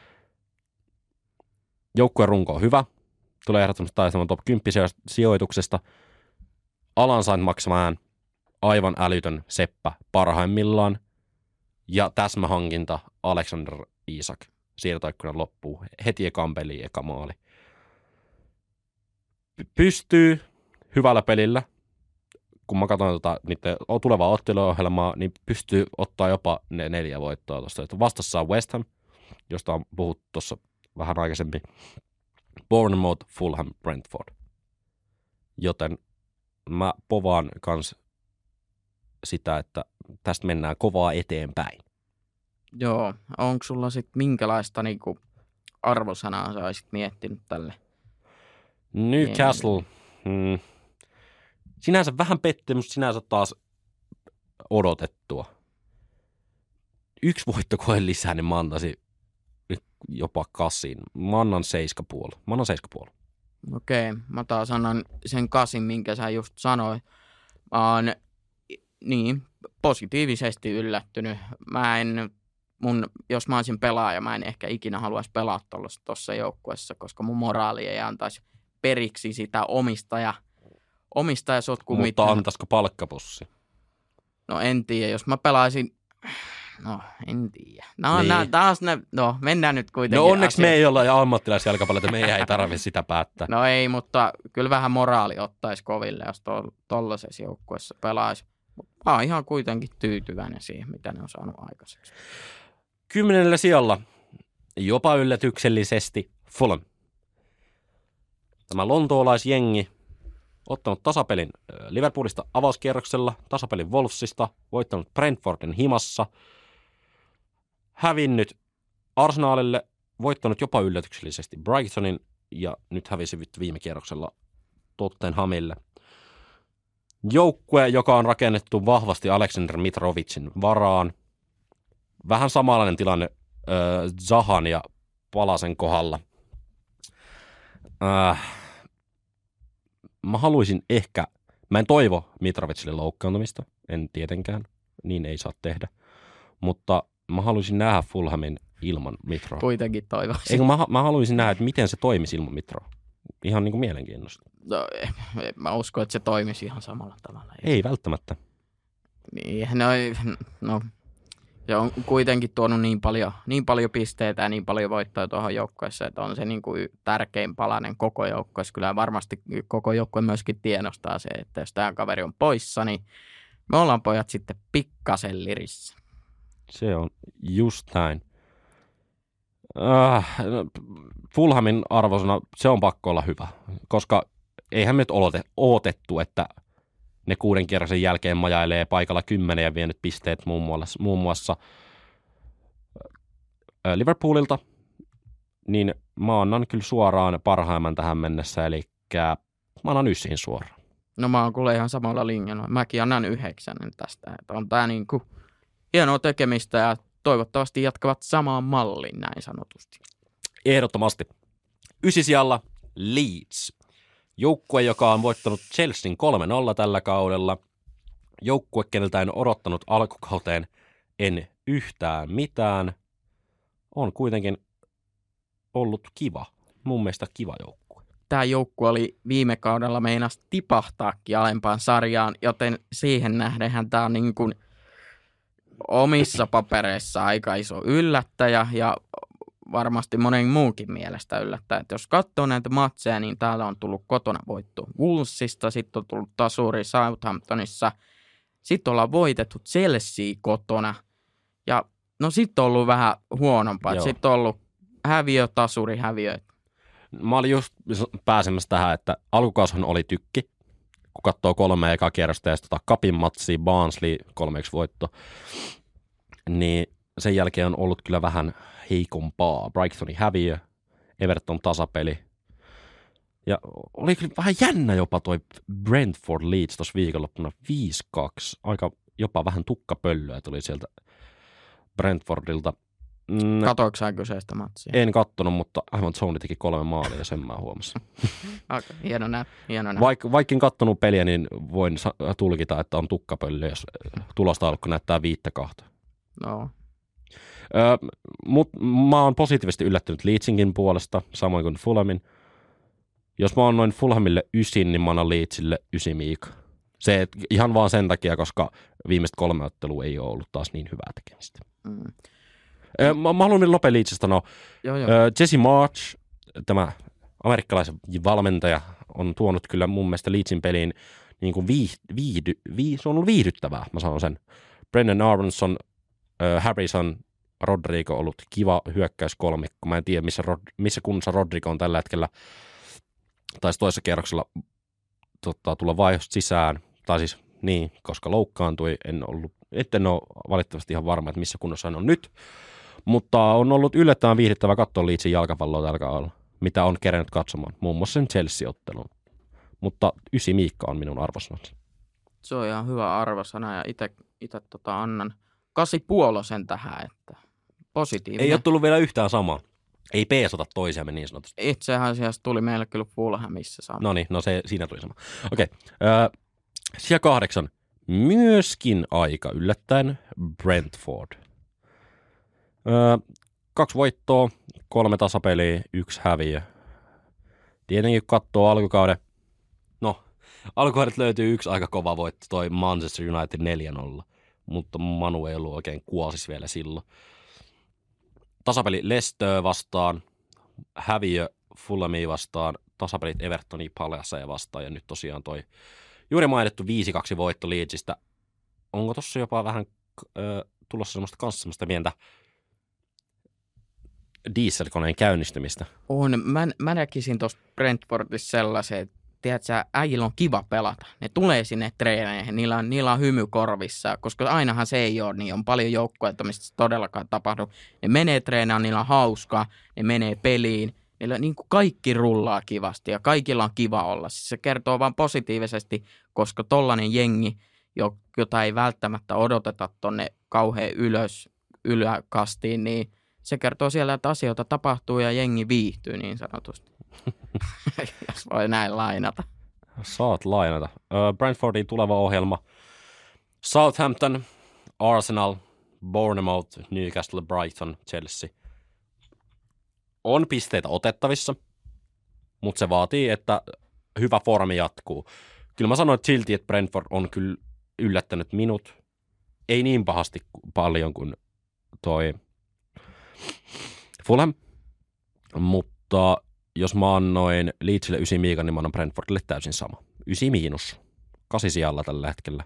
joukkueen runko on hyvä, tulee ehdottomasti taistelemaan top kymmenen sijoituksesta. Alan sain maksamaan aivan älytön seppä parhaimmillaan. Ja täsmähankinta Alexander Isak siirtoikkunan loppuu. Heti ekan peliin eka maali. Pystyy hyvällä pelillä, kun mä katson tota, niiden tulevaa otteluohjelmaa, niin pystyy ottaa jopa ne neljä voittoa tuosta. Vastassa on West Ham, josta on puhuttu tuossa vähän aikaisemmin. Bournemouth, Fulham, Brentford. Joten mä povaan kans sitä, että tästä mennään kovaa eteenpäin. Joo, onko sulla sitten minkälaista niinku arvosanaa sä olisit miettinyt tälle? Newcastle, hmm. sinänsä vähän pettymys, sinänsä taas odotettua. Yksi voittokoe lisää, niin mä antaisin jopa kasiin. Mä annan seiskapuoli. Mä annan seiskapuoli. Okei, mä taas annan sen kasin, minkä sä just sanoit. Mä oon niin, positiivisesti yllättynyt. Mä en, mun, jos mä olisin pelaaja, mä en ehkä ikinä haluaisi pelaa tuossa joukkueessa, koska mun moraali ei antaisi periksi sitä omistaja, omistajasotkua. Mutta mitä... antaisiko palkkapussi? No en tiedä, jos mä pelaisin... No, en tiedä. No, niin. nää, taas ne, no, mennään nyt kuitenkin. No onneksi asiaan. me ei olla ammattilaisjalkapalloa, että meidän ei tarvitse sitä päättää. No ei, mutta kyllä vähän moraali ottaisi koville, jos tuollaisessa joukkueessa pelaisi. Mutta mä oon ihan kuitenkin tyytyväinen siihen, mitä ne on saanut aikaiseksi. Kymmenellä sijalla, jopa yllätyksellisesti, Fulham. Tämä lontoolaisjengi ottanut tasapelin Liverpoolista avauskierroksella, tasapelin Wolvesista, voittanut Brentfordin himassa, hävinnyt Arsenalille, voittanut jopa yllätyksellisesti Brightonin ja nyt hävisi viime kierroksella Tottenhamille. Joukkue, joka on rakennettu vahvasti Alexander Mitrovicin varaan. Vähän samanlainen tilanne äh, Zahan ja Palasen kohdalla. Äh, mä haluaisin ehkä, mä en toivo Mitrovicille loukkaantumista, en tietenkään, niin ei saa tehdä, mutta mä haluaisin nähdä Fulhamin ilman Mitroa. Kuitenkin toivoisin. Eikö mä, mä haluaisin nähdä, että miten se toimisi ilman Mitroa. Ihan niin kuin mielenkiinnosta. No, mä uskon, että se toimisi ihan samalla tavalla. Ei välttämättä. Niin, no, no Se on kuitenkin tuonut niin paljon, niin paljon pisteitä ja niin paljon voittoja tuohon joukkueeseen, että on se niin kuin tärkein palanen koko joukkueessa. Kyllä varmasti koko joukkue myöskin tiedostaa se, että jos tämä kaveri on poissa, niin me ollaan pojat sitten pikkasen lirissä. Se on just näin. Äh, Fulhamin arvosana se on pakko olla hyvä, koska eihän me nyt odotettu, että ne kuuden kierroksen jälkeen majailee paikalla kymmenen ja vienyt pisteet muun muassa, muun muassa Liverpoolilta, niin mä annan kyllä suoraan parhaimman tähän mennessä, eli mä annan ysin suoraan. No mä oon kuule ihan samalla linjalla. Mäkin annan yhdeksännen tästä. Että on tää niinku hienoa tekemistä ja toivottavasti jatkavat samaan malliin näin sanotusti. Ehdottomasti. Ysisijalla Leeds. Joukkue, joka on voittanut Chelsean kolme nolla tällä kaudella. Joukkue, keneltä en odottanut alkukauteen en yhtään mitään. On kuitenkin ollut kiva. Mun mielestä kiva joukkue. Tämä joukkue oli viime kaudella meinas tipahtaakin alempaan sarjaan, joten siihen nähdenhän tämä on niin kuin omissa papereissa aika iso yllättäjä ja varmasti monen muunkin mielestä yllättäjä. Että jos katsoo näitä matseja, niin täällä on tullut kotona voitto Wolvesista, sitten on tullut tasuri Southamptonissa, sitten ollaan voitettu Chelsea kotona ja no sitten on ollut vähän huonompaa. Sitten on ollut häviö, tasuri, häviö. Mä olin just pääsemässä tähän, että alkukaushan oli tykki, kun katsoo kolme eka kierrosta ja sitten tota Cupin matsia, Barnsley kolmeksi voitto, niin sen jälkeen on ollut kyllä vähän heikompaa. Brightonin häviö, Everton tasapeli. Ja oli kyllä vähän jännä jopa toi Brentford Leeds tuossa viikonloppuna viisi kaksi. Aika jopa vähän tukkapöllöä tuli sieltä Brentfordilta. Mm, Katoiko sä kyseistä matsia? En kattonut, mutta aivan Zoni teki kolme maalia ja sen mä huomasin. Okay, hieno näin, hieno näin. Vaik, vaikka en kattonut peliä, niin voin tulkita, että on tukkapöllö, jos tulostaulukko näyttää viittä kahta. No. Öö, mut mä oon positiivisesti yllättynyt Leedsinkin puolesta, samoin kuin Fulhamin. Jos mä oon noin Fulhamille ysin, niin mä annan Leedsille ysi miika. Se et, ihan vaan sen takia, koska viimeiset kolme ottelua ei ole ollut taas niin hyvää tekemistä. Mm. Öö, mä, mä haluan lopea Leedsistä. No, öö, Jesse March, tämä amerikkalaisen valmentaja, on tuonut kyllä mun mielestä Leedsin peliin niin kuin viih, viihdy, viih, se on ollut viihdyttävää, mä sanon sen. Brendan Aronson, öö, Harrison, Rodrigo on ollut kiva hyökkäyskolmikko. Mä en tiedä, missä, Rod, missä kunnossa Rodrigo on tällä hetkellä. Taisi toisessa kierroksella tota, tulla vaihosta sisään. Tai siis niin, koska loukkaantui. En ollut, etten ole valitettavasti ihan varma, että missä kunnossa hän on nyt. Mutta on ollut yllättävän viihdyttävä katsoa Leedsin jalkapalloa tällä kaudella, mitä on kerennyt katsomaan. Muun muassa sen Chelsea-ottelun. Mutta ysi miikka on minun arvosanani. Se on ihan hyvä arvosana ja itse tota annan kasi puolosen tähän, että positiivinen. Ei ole tullut vielä yhtään samaa. Ei peesota toisiamme niin sanotusti. Itse asiassa tuli meille kyllä Fulhamissa sama. No niin, no se, siinä tuli sama. Okei, okay. äh, siellä kahdeksan. Myöskin aika yllättäen Brentford. Äh, kaksi voittoa, kolme tasapeliä, yksi häviö. Tietenkin kun katsoo alkukauden, no alkukaudet löytyy yksi aika kova voitto, toi Manchester United neljä nolla. Mutta Manu ei ollut oikein kuosis vielä silloin. Tasapeli Leicester vastaan, häviö Fulhamia vastaan, tasapelit Evertonia Palaceja vastaan ja nyt tosiaan toi juuri mainittu viisi kaksi voitto Leedsistä. Onko tossa jopa vähän ö, tulossa semmoista kanssa semmoista pientä dieselkoneen käynnistymistä? On. Mä, mä näkisin tuossa Brentfordissa sellaisen, että tiedätkö, äijillä on kiva pelata. Ne tulee sinne treeneihin, niillä on, niillä on hymy korvissa, koska ainahan se ei ole, niin on paljon joukkueita, mistä se todellakaan tapahdu. Ne menee treenaan, niillä on hauskaa, ne menee peliin, niillä niin kuin kaikki rullaa kivasti ja kaikilla on kiva olla. Siis se kertoo vaan positiivisesti, koska tollainen jengi, jota ei välttämättä odoteta tonne kauhean ylös, yläkastiin, niin se kertoo siellä, että asioita tapahtuu ja jengi viihtyy niin sanotusti. Jos voi näin lainata. Saat lainata. Brentfordin tuleva ohjelma. Southampton, Arsenal, Bournemouth, Newcastle, Brighton, Chelsea. On pisteitä otettavissa, mutta se vaatii, että hyvä formi jatkuu. Kyllä mä sanoin että silti, että Brentford on kyllä yllättänyt minut. Ei niin pahasti paljon kuin toi Fulham, mutta jos mä annoin Leedsille ysi miikan, niin mä annan Brentfordille täysin sama. Ysi miinus. Kasi sijalla tällä hetkellä.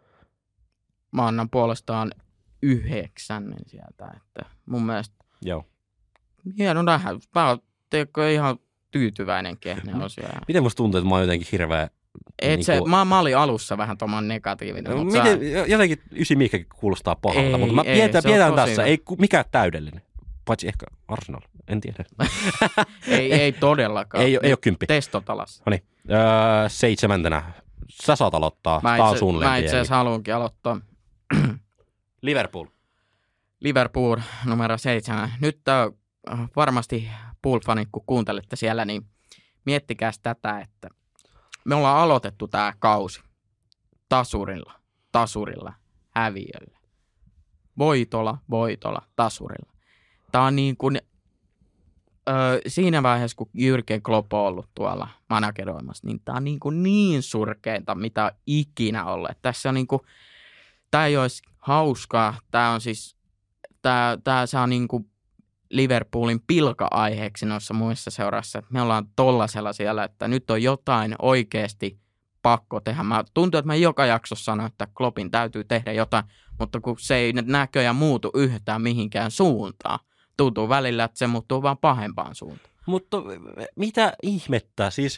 Mä annan puolestaan yhdeksännen sieltä, että mun mielestä Joo. hieno nähdä. Mä oon ihan tyytyväinen kehne osia. Miten musta tuntuu, että mä oon jotenkin hirveä... Et niin se, kuin... mä, mä olin alussa vähän tommoinen negatiivinen. No, mutta miten, sä... Jotenkin ysi miikkakin kuulostaa pahalta, ei, mutta mä ei, pidetään, pidetään tässä. hyvä. Ei mikään täydellinen. Paitsi ehkä Arsenal, en tiedä. ei, ei todellakaan. Ei, ei ole kymppi. Testotalas. No niin, öö, seitsemäntenä. Sä saat aloittaa. Mä Tää on itse, suunnilleen mä itse asiassa haluankin aloittaa. Liverpool. Liverpool numero seitsemän. Nyt äh, varmasti Pool-fanit, kun kuuntelette siellä, niin miettikääs tätä, että me ollaan aloitettu tää kausi tasurilla, tasurilla, häviöllä. Voitolla, voitolla, tasurilla. Tää on niin kuin, ö, siinä vaiheessa, kun Jürgen Klopp on ollut tuolla manageroimassa, niin tää on niin, kuin niin surkeinta, mitä on ikinä ollut. Tässä on niin kuin, tää ei olisi hauskaa, tää on siis, tää, tää saa niin kuin Liverpoolin pilka-aiheeksi noissa muissa seurassa, että me ollaan tollasella siellä, että nyt on jotain oikeasti pakko tehdä. Mä tuntuu, että mä joka jaksossa sanon, että Kloppin täytyy tehdä jotain, mutta kun se ei näköjään muutu yhtään mihinkään suuntaan. Tuntuu välillä, että se muuttuu vaan pahempaan suuntaan. Mutta mitä ihmettä? Siis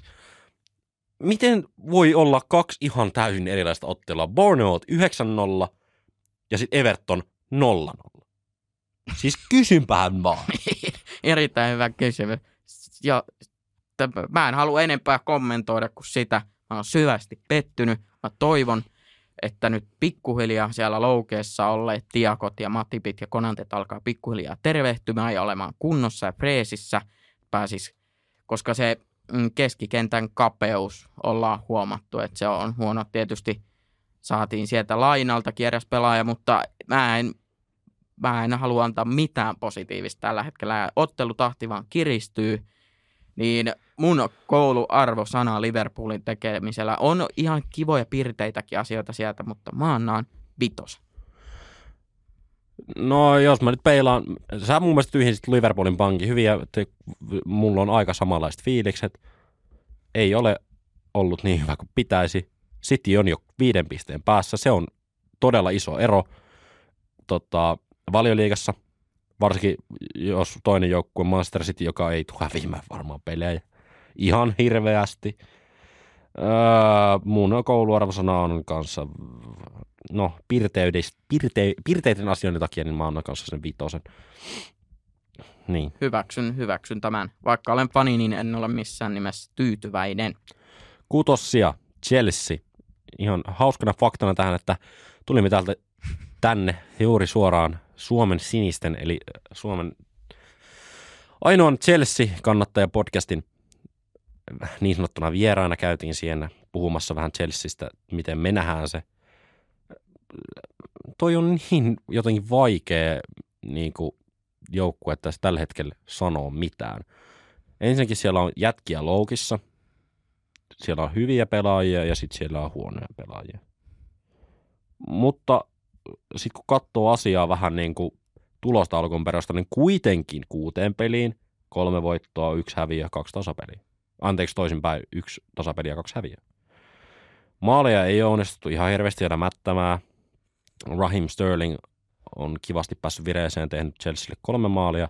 miten voi olla kaksi ihan täysin erilaista ottelua? Bournemouth yhdeksän nolla ja sitten Everton nolla nolla. Siis kysynpähän vaan. Erittäin hyvä kysymys. Ja mä en halua enempää kommentoida kuin sitä. Mä oon syvästi pettynyt. Mä toivon, että nyt pikkuhiljaa siellä loukeessa olleet Tiakot ja Matipit ja Konantet alkaa pikkuhiljaa tervehtymään ja olemaan kunnossa ja freesissä. Pääsis, koska se keskikentän kapeus ollaan huomattu, että se on huono. Tietysti saatiin sieltä lainalta kierräs pelaaja, mutta mä en, mä en halua antaa mitään positiivista tällä hetkellä. Ottelutahti vaan kiristyy. Niin mun kouluarvosana Liverpoolin tekemisellä on ihan kivoja pirteitäkin asioita sieltä, mutta mä annan vitos. No jos mä nyt peilaan, sä mun mielestä tyhjensit Liverpoolin pankin hyviä, te, mulla on aika samanlaiset fiilikset. Ei ole ollut niin hyvä kuin pitäisi. City on jo viiden pisteen päässä, se on todella iso ero tota, Valioliigassa. Varsinkin jos toinen joukkue on Manchester City, joka ei tule häviämään varmaan pelejä ihan hirveästi. Öö, mun kouluarvosana on kanssa, no pirte, pirteiden asioiden takia, niin mä annan kanssa sen vitosen. Niin. Hyväksyn, hyväksyn tämän. Vaikka olen fani, niin en ole missään nimessä tyytyväinen. Kutossia, Chelsea. Ihan hauskana faktana tähän, että tulimme täältä tänne juuri suoraan Suomen sinisten, eli Suomen ainoan Chelsea-kannattaja-podcastin niin sanottuna vieraana käytiin siellä puhumassa vähän Chelseastä, miten me nähdään se. Toi on niin jotenkin vaikea niin kuin joukkue, että se tällä hetkellä sanoo mitään. Ensinnäkin siellä on jätkiä loukissa, siellä on hyviä pelaajia ja sitten siellä on huonoja pelaajia. Mutta sitten kun katsoo asiaa vähän niin kuin tulostaulukon perästä, niin kuitenkin kuuteen peliin, kolme voittoa, yksi häviö, kaksi tasapeliä. Anteeksi toisinpäin, yksi tasapeli ja kaksi häviö. Maaleja ei ole onnistuttu ihan hirveästi jäädä mättämään. Raheem Sterling on kivasti päässyt vireeseen, tehnyt Chelsealle kolme maalia.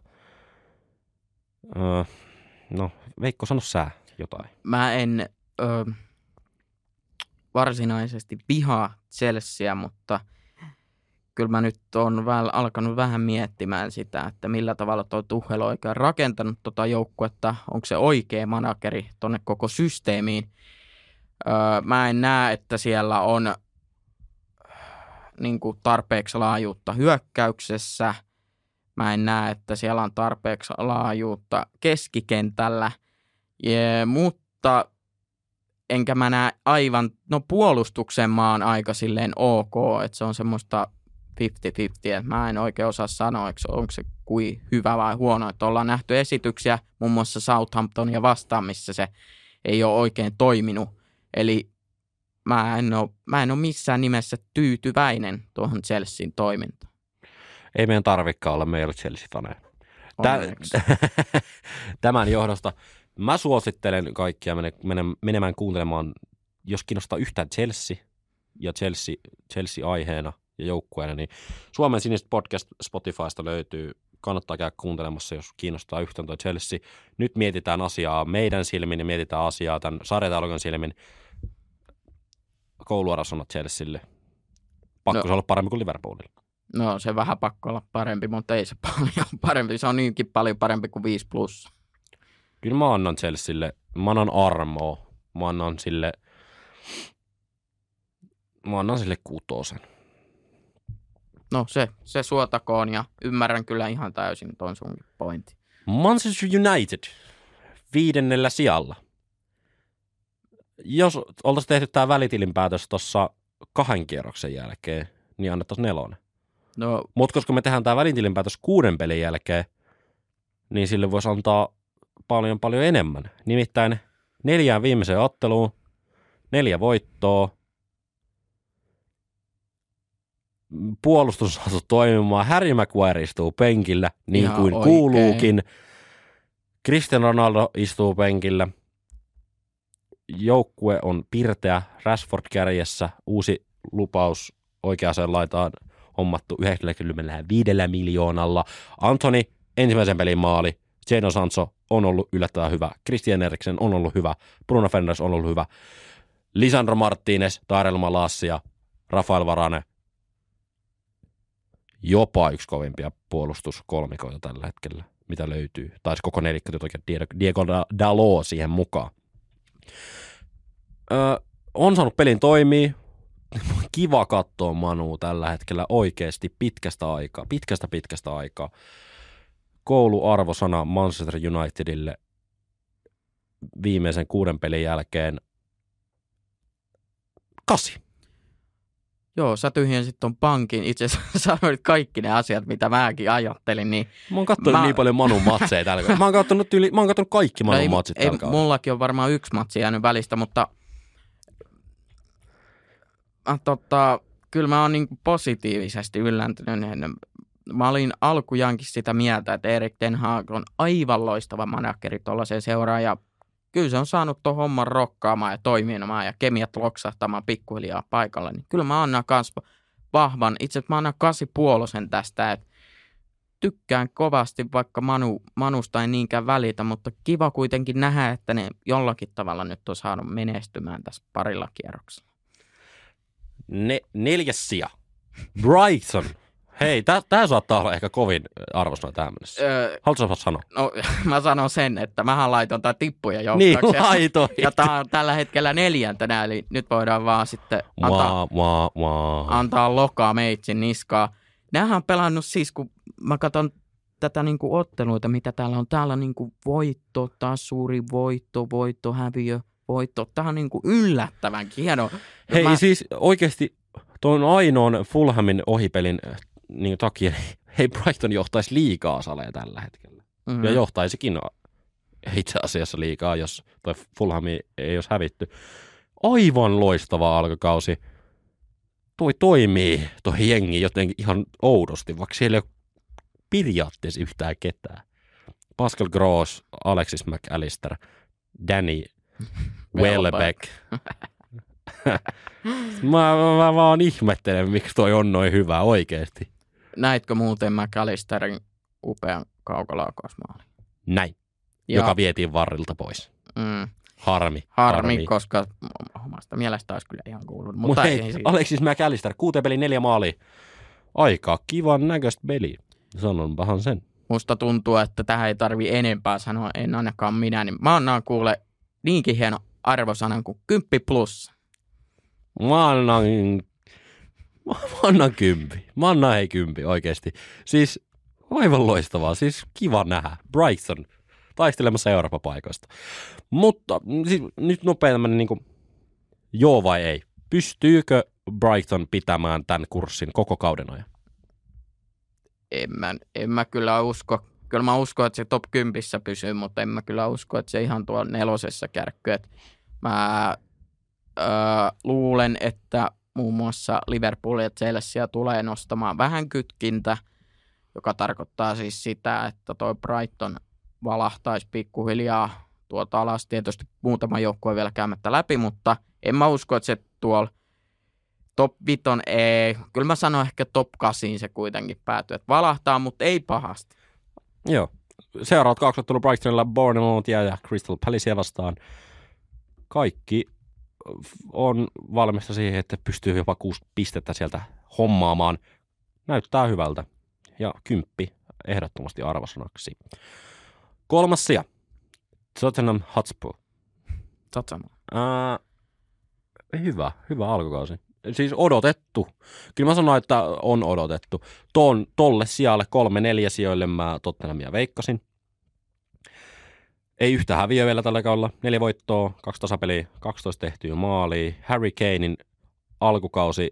Öö, no, Veikko, sano sä jotain. Mä en ö, varsinaisesti vihaa Chelseaa, mutta kyllä mä nyt oon väl, alkanut vähän miettimään sitä, että millä tavalla tuo Tuchel on oikein rakentanut tota joukkuetta, onko se oikea manageri tonne koko systeemiin. Öö, mä en näe, että siellä on niin kuin tarpeeksi laajuutta hyökkäyksessä. Mä en näe, että siellä on tarpeeksi laajuutta keskikentällä, yeah, mutta enkä mä näe aivan, no puolustuksen mä oon aika silleen ok, että se on semmoista viisikymmentä viisikymmentä, että mä en oikein osaa sanoa, onko se kuin hyvä vai huono, että ollaan nähty esityksiä muun muassa Southamptonia vastaan, missä se ei ole oikein toiminut, eli mä en ole, mä en ole missään nimessä tyytyväinen tuohon Chelsean toimintaan. Ei meidän tarvikaan olla, me ei ole Chelsea-faneja. Onneksi. Tämän johdosta mä suosittelen kaikkia menemään kuuntelemaan, jos kiinnostaa yhtään Chelsea ja Chelsea, Chelsea-aiheena ja joukkueena, niin Suomen sinistä podcast Spotifysta löytyy. Kannattaa käydä kuuntelemassa, jos kiinnostaa yhtään toi Chelsea. Nyt mietitään asiaa meidän silmin ja mietitään asiaa tämän sarjataulukon silmin. Kouluarasana Chelsealle. Pakko no. se olla parempi kuin Liverpoolilla. No se vähän pakko olla parempi, mutta ei se paljon parempi. Se on niinkin paljon parempi kuin viisi plus. Kyllä mä annan Chelsealle, mä annan armoa. Mä annan sille, mä annan sille kutosen. No se, se suotakoon ja ymmärrän kyllä ihan täysin ton sun pointti. Manchester United viidennellä sijalla. Jos oltaisiin tehty tämä välitilinpäätös tuossa kahden kierroksen jälkeen, niin annettaisiin nelonen. No. Mutta koska me tehdään tämä välitilinpäätös kuuden pelin jälkeen, niin sille voisi antaa paljon paljon enemmän. Nimittäin neljään viimeiseen otteluun, neljä voittoa, puolustus saatu toimimaan, Harry Maguire istuu penkillä, niin ihan kuin oikein. kuuluukin. Cristiano Ronaldo istuu penkillä. Joukkue on pirteä, Rashford kärjessä, uusi lupaus oikeaan laitaan hommattu yhdeksänkymmentäviisi miljoonalla. Anthony, ensimmäisen pelin maali. Jadon Sancho on ollut yllättävän hyvä. Christian Eriksen on ollut hyvä. Bruno Fernandes on ollut hyvä. Lisandro Martinez, Tyrell Malacia ja Rafael Varane. Jopa yksi kovimpia puolustuskolmikoita tällä hetkellä, mitä löytyy. Taisi koko nelikko Diego Dalot siihen mukaan. Öö, on saanut pelin toimia. Kiva katsoa Manu tällä hetkellä oikeasti pitkästä aikaa, pitkästä pitkästä aikaa. Kouluarvosana Manchester Unitedille viimeisen kuuden pelin jälkeen kasi. Joo, sä tyhjensit ton pankin. Itse asiassa sanoit kaikki ne asiat, mitä mäkin ajattelin. Niin mä oon kattonut mä... niin paljon Manun matseja tällä. Mä oon kattonut, yli... mä oon kattonut kaikki Manun no matsit tällä kaudella. Mullakin on varmaan yksi matsi jäänyt välistä, mutta äh, tota, kyllä mä oon niin positiivisesti yllääntynyt. Mä olin alkujaankin sitä mieltä, että Erik ten Hag on aivan loistava manageri tuollaiseen seuraan. Ja kyllä se on saanut tuon homman rokkaamaan ja toimimaan ja kemiat loksahtamaan pikkuhiljaa paikalle. Niin kyllä mä annan kans vahvan, itse asiassa mä annan kasi puolosen tästä, että tykkään kovasti, vaikka Manu, Manusta ei niinkään välitä, mutta kiva kuitenkin nähdä, että ne jollakin tavalla nyt on saanut menestymään tässä parilla kierroksella. Ne, neljäs sija. Brighton. Hei, tämä saattaa olla ehkä kovin arvosana tähän mennessä. Öö, Haluatko sanoa? No, mä sanon sen, että mähän laitoin tää tippuja joukkaaksi. Niin, laitoin. Ja tää on tällä hetkellä neljäntenä, eli nyt voidaan vaan sitten antaa, wow, wow, wow. antaa lokaa meitsin niskaa. Nämähän on pelannut siis, kun mä katson tätä niinku otteluita, mitä täällä on. Täällä on niinku voitto, taas suuri voitto, voitto, häviö, voitto. Tää on niinku yllättävän hieno. Hei, mä... siis oikeasti tuon ainoan Fulhamin ohipelin niin takia, hei, Brighton johtaisi liigaa saleen tällä hetkellä. Mm-hmm. Ja johtaisikin itse asiassa liigaa, jos toi Fulhami ei olisi hävitty. Aivan loistava alkukausi. Toi toimii, toi jengi jotenkin ihan oudosti, vaikka siellä ei ole periaatteessa yhtään ketään. Pascal Gross, Alexis McAllister, Danny Welbeck. mä, mä vaan ihmettelen, miksi toi on noin hyvä oikeesti. Näitkö muuten McAllisterin upean kaukolaukausmaali? Näin, ja... joka vietiin varrilta pois. Mm. Harmi. Harmi, harmi, koska omasta mielestä olisi kyllä ihan kuulunut. Mutta Mut hei, ei Alexis McAllister, kuuteen peli neljä maali. Aika kivan näköistä peliä. Sanonpahan sen. Musta tuntuu, että tähän ei tarvi enempää sanoa, en ainakaan minä. Niin mä annan kuule niinkin hieno arvosanan kuin kymppi plus. Mä annan, mä annan kympi. Mä annan hei kympi oikeesti. Siis aivan loistavaa, siis kiva nähdä. Brighton taistelemassa Eurooppa-paikoista. Mutta siis, nyt nopea tämmönen niinku, joo vai ei. Pystyykö Brighton pitämään tämän kurssin koko kauden ajan? En mä, en mä kyllä usko. Kyllä mä uskon, että se top kympissä pysyy, mutta en mä kyllä usko, että se ihan tuolla nelosessa kärkkyy. Mä öö, luulen, että muun muassa Liverpool ja Chelsea tulee nostamaan vähän kytkintä. joka tarkoittaa siis sitä, että toi Brighton valahtaisi pikkuhiljaa tuolta alas. Tietysti muutama joukkue vielä käymättä läpi, mutta en mä usko, että se tuolla top viton ei. Kyllä mä sanon ehkä top kahdeksan se kuitenkin päätyy, että valahtaa, mutta ei pahasti. Joo. Seuraavat kaksi ottelua Brightonilla Bournemouthia ja Crystal Palacea vastaan. Kaikki on valmista siihen, että pystyy jopa kuusi pistettä sieltä hommaamaan. Näyttää hyvältä. Ja kymppi ehdottomasti arvosanaksi. Kolmas sija. Tottenham Hotspur. Tottenham. Ää, hyvä, hyvä alkukausi. Siis odotettu. Kyllä mä sanoin, että on odotettu. Ton, tolle sijalle kolme neljä sijoille mä Tottenhamia veikkasin. Ei yhtä häviö vielä tällä kaudella. Neljä voittoa, kaksi tasapeliä, kaksitoista tehtyä maalia. Harry Kanein alkukausi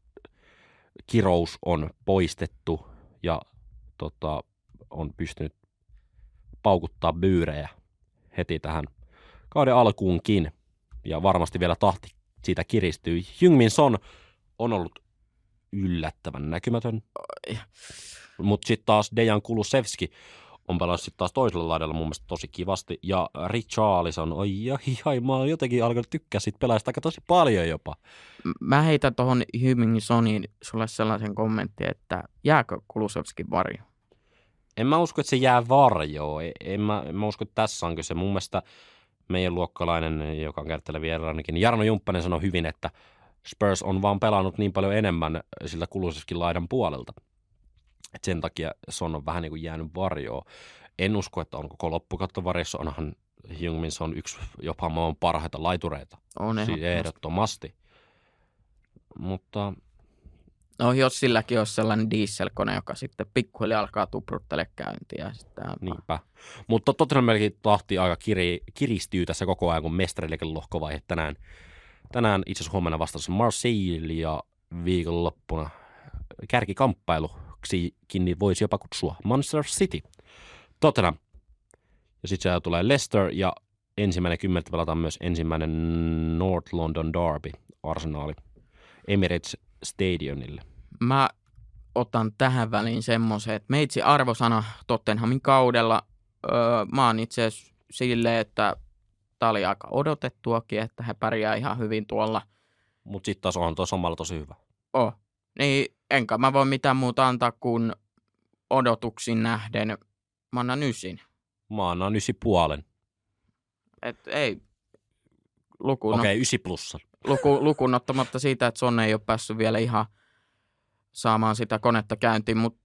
kirous on poistettu ja tota, on pystynyt paukuttaa byyrejä heti tähän kauden alkuunkin. Ja varmasti vielä tahti siitä kiristyy. Heung-min Son on ollut yllättävän näkymätön. Mutta sitten taas Dejan Kulusevski on pelannut sitten taas toisella laidalla mun mielestä tosi kivasti. Ja Richarlison, oi ai, ai, mä oon jotenkin alkanut tykkää siitä pelaajasta aika tosi paljon jopa. Mä heitän tuohon Heung-min Soniin sulle sellaisen kommentin, että jääkö Kulusevskin varjo? En mä usko, että se jää varjoon. En mä, en mä usko, että tässä on kyse. Mun mielestä meidän luokkalainen, joka on kärttelä vieraanakin, Jarno Jumppanen sanoi hyvin, että Spurs on vaan pelannut niin paljon enemmän siltä Kulusevskin laidan puolelta. Et sen takia Son on vähän niin kuin jäänyt varjoon. En usko, että on koko loppukautta varjossa. Onhan Heung-min Son yksi jopa maan parhaita laitureita. On siis ehdottomasti. Mutta no jos silläkin olisi sellainen dieselkone, joka sitten pikkuhiljaa alkaa tupruttele käyntiä. Niinpä. Mutta Tottenhamellekin tahti aika kiri, kiristyy tässä koko ajan, kun mestariliiken lohkovaihe tänään. Tänään itse asiassa huomenna vastassa Marseille ja viikonloppuna kärkikamppailuksikin niin voisi jopa kutsua Manchester City. Tottenham. Ja sitten siellä tulee Leicester ja ensimmäinen kymmenettä pelataan myös ensimmäinen North London Derby Arsenaali Emirates Stadionille. Mä otan tähän väliin semmoisen, että meitsi arvosana Tottenhamin kaudella. Öö, mä oon itse asiassa silleen, että tää oli aika odotettuakin, että he pärjää ihan hyvin tuolla. Mut sit taas on tuo samalla tosi hyvä. Oh. Niin enkä mä voi mitään muuta antaa kuin odotuksiin nähden. Mä annan ysin. Mä annan ysi puolen. Et ei lukuun. Okei, okay, ysi plussa. Luku, lukuun ottamatta siitä, että Son ei ole päässyt vielä ihan saamaan sitä konetta käyntiin, mutta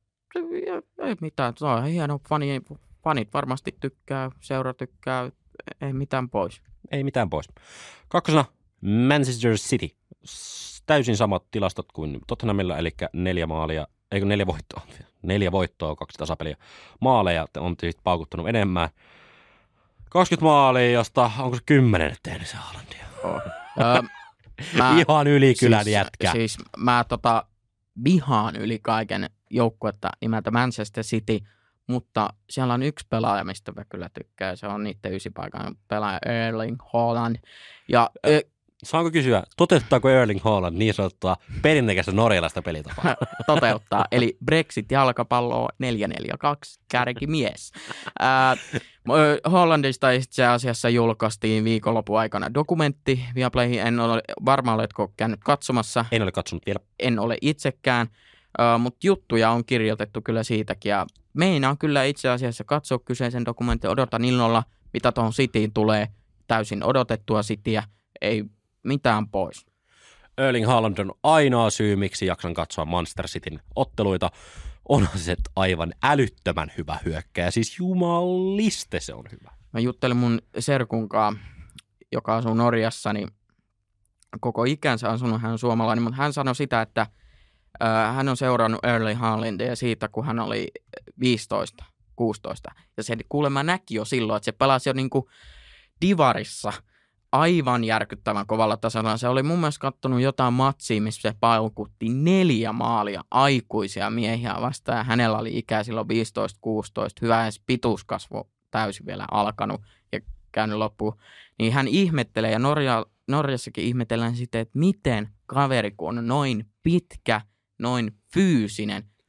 ei mitään. Se on hieno. Fani, fanit varmasti tykkää, seura tykkää, ei mitään pois. Ei mitään pois. Kakkosena Manchester City. Täysin samat tilastot kuin Tottenhamilla, eli neljä maalia, eikö neljä voittoa, neljä voittoa, kaksi tasapeliä. Maaleja on sitten paukuttanut enemmän. kaksikymmentä maalia, josta onko se kymmenen tehnyt se Haalandia? Oh. Öö, mä, Ihan yli kylän siis, jätkä. Siis mä tota, vihaan yli kaiken joukkuetta nimeltä Manchester City, mutta siellä on yksi pelaaja, mistä mä kyllä tykkään. Se on niiden ysipaikan pelaaja Erling Haaland. Ja, Ö, saanko kysyä, toteuttaako Erling Haaland niin sanottua perinteistä norjalaista pelitapaa? Toteuttaa. Eli Brexit-jalkapallo neljä neljä kaksi, kärkimies. Ää, Haalandista itse asiassa julkaistiin viikonlopun aikana dokumentti Viaplayhin. En ole varma, oletko käynyt katsomassa. En ole katsonut vielä. En ole itsekään, uh, mutta juttuja on kirjoitettu kyllä siitäkin. Ja meinaan kyllä itse asiassa katsoa kyseisen dokumentin. Odotan innolla, mitä tuohon Cityin tulee. Täysin odotettua Cityä, ei mitään pois. Erling Haaland on ainoa syy, miksi jaksan katsoa Manchester Cityn otteluita. Onhan se aivan älyttömän hyvä hyökkääjä. Siis jumaliste se on hyvä. Mä juttelin mun serkunkaan, joka asuu Norjassa, niin koko ikänsä asunut, hän on suomalainen, mutta hän sanoi sitä, että äh, hän on seurannut Erling Haalandia siitä, kun hän oli viisitoista kuusitoista. Ja se kuulemma näki jo silloin, että se pelasi jo niinku divarissa aivan järkyttävän kovalla tasolla. Se oli mun mielestä kattonut jotain matsia, missä se paukutti neljä maalia aikuisia miehiä vastaan. Ja hänellä oli ikää silloin viisitoista kuusitoista, hyvä edes pituuskasvu täysin vielä alkanut ja käynyt loppuun. Niin hän ihmettelee, ja Norja, Norjassakin ihmetellään sitten, että miten kaveri, kun on noin pitkä, noin fyysinen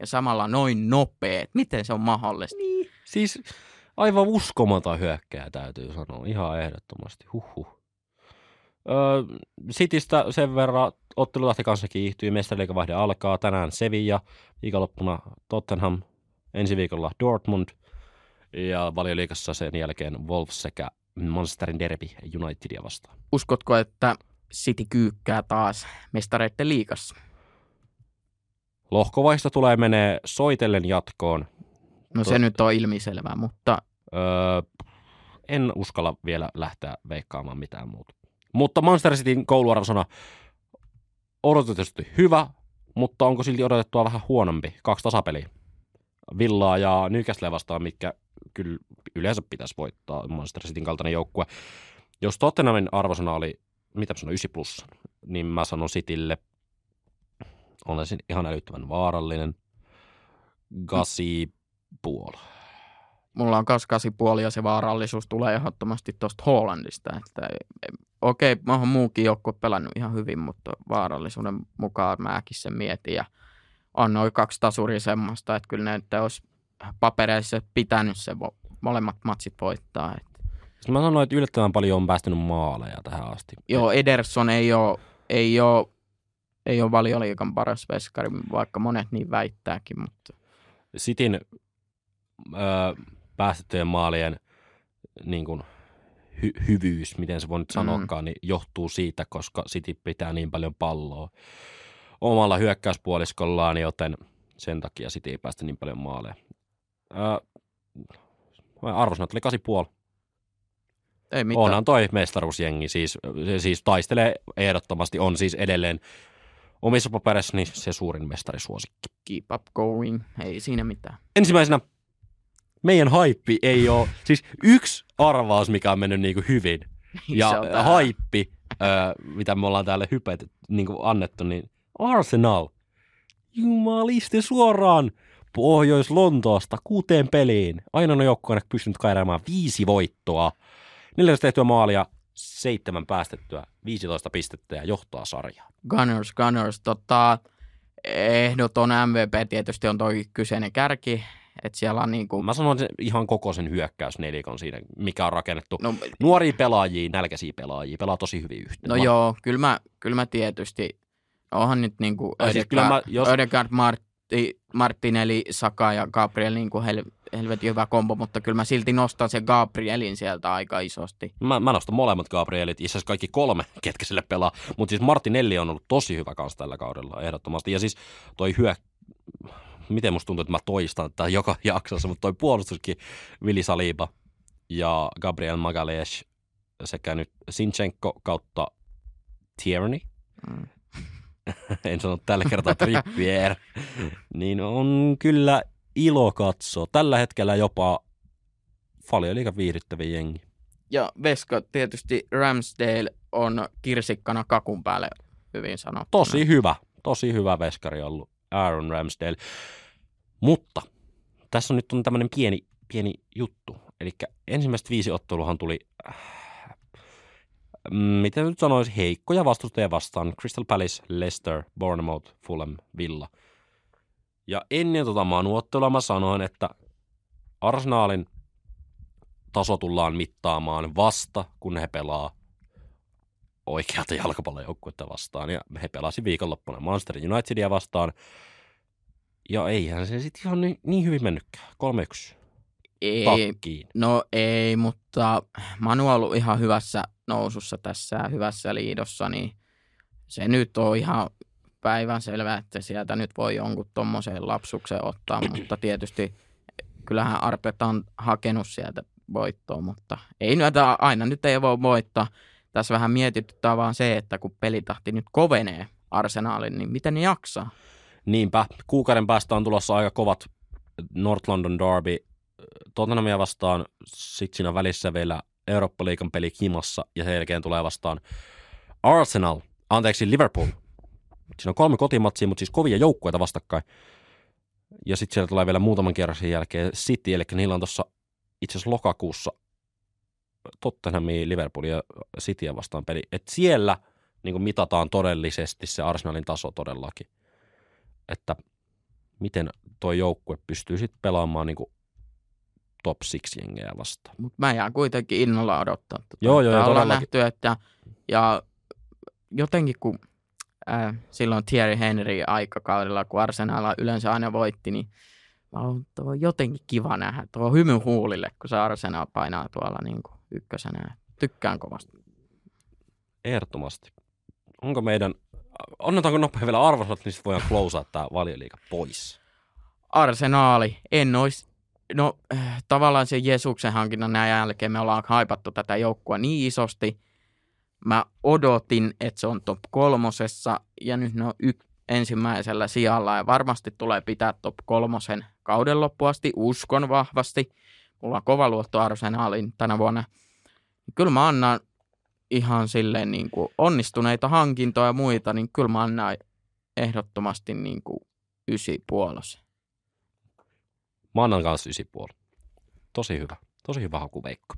ja samalla noin nopea. Miten se on mahdollista? Niin. Siis aivan uskomaton hyökkääjä täytyy sanoa, ihan ehdottomasti. Huhhuh. Öö, Citystä sen verran ottelutahti kanssa kiihtyy, mestariliigavaihde alkaa tänään Sevilla, viikonloppuna Tottenham, ensi viikolla Dortmund ja Valioliigassa sen jälkeen Wolves sekä Manchesterin derby Unitedia vastaan. Uskotko, että City kyykkää taas mestareiden liigassa? Lohkovaihto tulee menee soitellen jatkoon. No se Tot... nyt on ilmiselvää, mutta... Öö, en uskalla vielä lähteä veikkaamaan mitään muuta. Mutta Manchester Cityn kouluarvosana odotetusti hyvä, mutta onko silti odotettua vähän huonompi? Kaksi tasapeliä. Villaa ja Newcastle vastaan, mitkä kyllä yleensä pitäisi voittaa Manchester Cityn kaltainen joukkue. Jos Tottenhamin arvosana oli, mitä mä sanon, yhdeksän plus, niin mä sanon Citylle, olen ihan älyttömän vaarallinen. Gasi puoli. Mulla on kas kasi puoli ja se vaarallisuus tulee ehdottomasti tuosta Hollandista. Että, okei, okay, mä oon muukin joukkue pelannut ihan hyvin, mutta vaarallisuuden mukaan mäkin sen mietin. Ja on noin kaksi tasuria semmoista, että kyllä ne nyt olisi papereissa pitänyt se molemmat matsit voittaa. Että. Mä sanoin, että yllättävän paljon on päästänyt maaleja tähän asti. Joo, Ederson ei ole, ei ole, ei ole Valioliigan paras veskari, vaikka monet niin väittääkin. Mutta. Cityn öö, päästettyjen maalien niin kuin, hy- hyvyys, miten se voi nyt sanoakaan, mm. niin johtuu siitä, koska City pitää niin paljon palloa omalla hyökkäyspuoliskollaan, joten sen takia City ei päästä niin paljon maaleja. Öö, arvosanat oli kahdeksan pilkku viisi. Ei mitään. Onhan toi mestaruusjengi, siis, siis taistelee ehdottomasti, on siis edelleen omissa paperissa niin se suurin mestarisuosikki. Keep up going, ei siinä mitään. Ensimmäisenä meidän haippi ei ole, siis yksi arvaus, mikä on mennyt niinku hyvin, ja haippi, äh, mitä me ollaan täällä hypet, niinku annettu, niin Arsenal, jumaliste suoraan Pohjois-Lontoosta kuuteen peliin. Ainoa joukko on pystynyt kairaamaan viisi voittoa, neljätoista tehtyä maalia, seitsemän päästettyä, viisitoista pistettä ja johtaa sarjaa. Gunners, Gunners, tota, ehdoton M V P tietysti on toi kyseinen kärki. Että siellä on niin kuin. Mä sanon sen ihan koko sen hyökkäysnelikon siinä, mikä on rakennettu. No, nuoria pelaajia, nälkäisiä pelaajia, pelaa tosi hyvin yhteen. No mä. joo, kyllä mä, kyllä mä tietysti, onhan nyt niin kuin Ödegaard, siis jos... Martti, Martinelli, Saka ja Gabriel niin kuin hel, helvetin hyvä kombo, mutta kyllä mä silti nostan sen Gabrielin sieltä aika isosti. Mä, mä nostan molemmat Gabrielit, itse asiassa kaikki kolme, ketkä sille pelaa, mutta siis Martinelli on ollut tosi hyvä kanssa tällä kaudella ehdottomasti. Ja siis toi hyö... Miten musta tuntuu, että mä toistan tätä joka jaksossa, mutta toi puolustuskin Vili Saliba ja Gabriel Magalhaes sekä nyt Sinchenko kautta Tierney. Mm. En sano tällä kertaa Trippier. Niin on kyllä ilo katsoa. Tällä hetkellä jopa Valioliigan viihdyttävin jengi. Ja Veska tietysti Ramsdale on kirsikkana kakun päälle hyvin sanottuna. Tosi hyvä, tosi hyvä veskari ollut. Aaron Ramsdale. Mutta tässä on nyt on tämmöinen pieni, pieni juttu. Eli ensimmäiset viisi otteluhan tuli, äh, miten nyt sanoisi, heikkoja vastustajia vastaan. Crystal Palace, Leicester, Bournemouth, Fulham, Villa. Ja ennen tota Manu-ottelua mä sanoin, että Arsenalin taso tullaan mittaamaan vasta, kun he pelaa oikeata jalkapallojoukkuetta vastaan. Ja he pelasi viikonloppuna Manchester Unitedia vastaan. Ja eihän se sitten ihan niin, niin hyvin mennytkään. kolme yksi. Ei, takkiin. No ei, mutta Manu on ollut ihan hyvässä nousussa tässä, hyvässä liidossa, niin se nyt on ihan päivänselvää, että sieltä nyt voi jonkun tommoisen lapsuksen ottaa, mutta tietysti kyllähän Arteta on hakenut sieltä voittoa, mutta ei nyt, aina nyt ei voi voittaa. Tässä vähän mietityttää vaan se, että kun pelitahti nyt kovenee Arsenalin, niin miten ne jaksaa? Niinpä. Kuukauden päästä on tulossa aika kovat North London Derby Tottenhamia vastaan. Sitten siinä välissä vielä Eurooppa-liigan peli kimassa ja sen jälkeen tulee vastaan Arsenal, anteeksi Liverpool. Siinä on kolme kotimatsia, mutta siis kovia joukkueita vastakkain. Ja sitten siellä tulee vielä muutaman kierroksen jälkeen City, eli niillä on tuossa itse asiassa lokakuussa Tottenhamia, Liverpoolia ja Cityä vastaan peli. Et siellä niin kuin mitataan todellisesti se Arsenalin taso todellakin. Että miten tuo joukkue pystyy sitten pelaamaan niinku top six jengejä vastaan. Mutta mä jään kuitenkin innolla odottaa. Tuota. Joo, joo, ollaan todellakin. nähty, että ja jotenkin kun äh, silloin Thierry Henry aikakaudella, kun Arsenal yleensä aina voitti, niin on tuo jotenkin kiva nähdä. Tuo hymy huulille, kun se Arsenal painaa tuolla niin kuin ykkösenä. Tykkään kovasti. Ehdottomasti. Onko meidän, annetaanko nopein vielä arvosanat, niin sitten voidaan closea tämä Valioliiga pois. Arsenaali, en ois, no äh, tavallaan sen Jesuksen hankinnan näin jälkeen me ollaan haipattu tätä joukkua niin isosti. Mä odotin, että se on top kolmosessa ja nyt ne on y- ensimmäisellä sijalla ja varmasti tulee pitää top kolmosen kauden loppuun asti, uskon vahvasti. Mulla on kova luotto Arsenaaliin tänä vuonna. Kyllä mä annan ihan silleen niin kuin onnistuneita hankintoja ja muita, niin kyllä mä annan ehdottomasti niin kuin ysi puolos. Mä annan kanssa ysi puoli. Tosi hyvä. Tosi hyvä hakuveikko.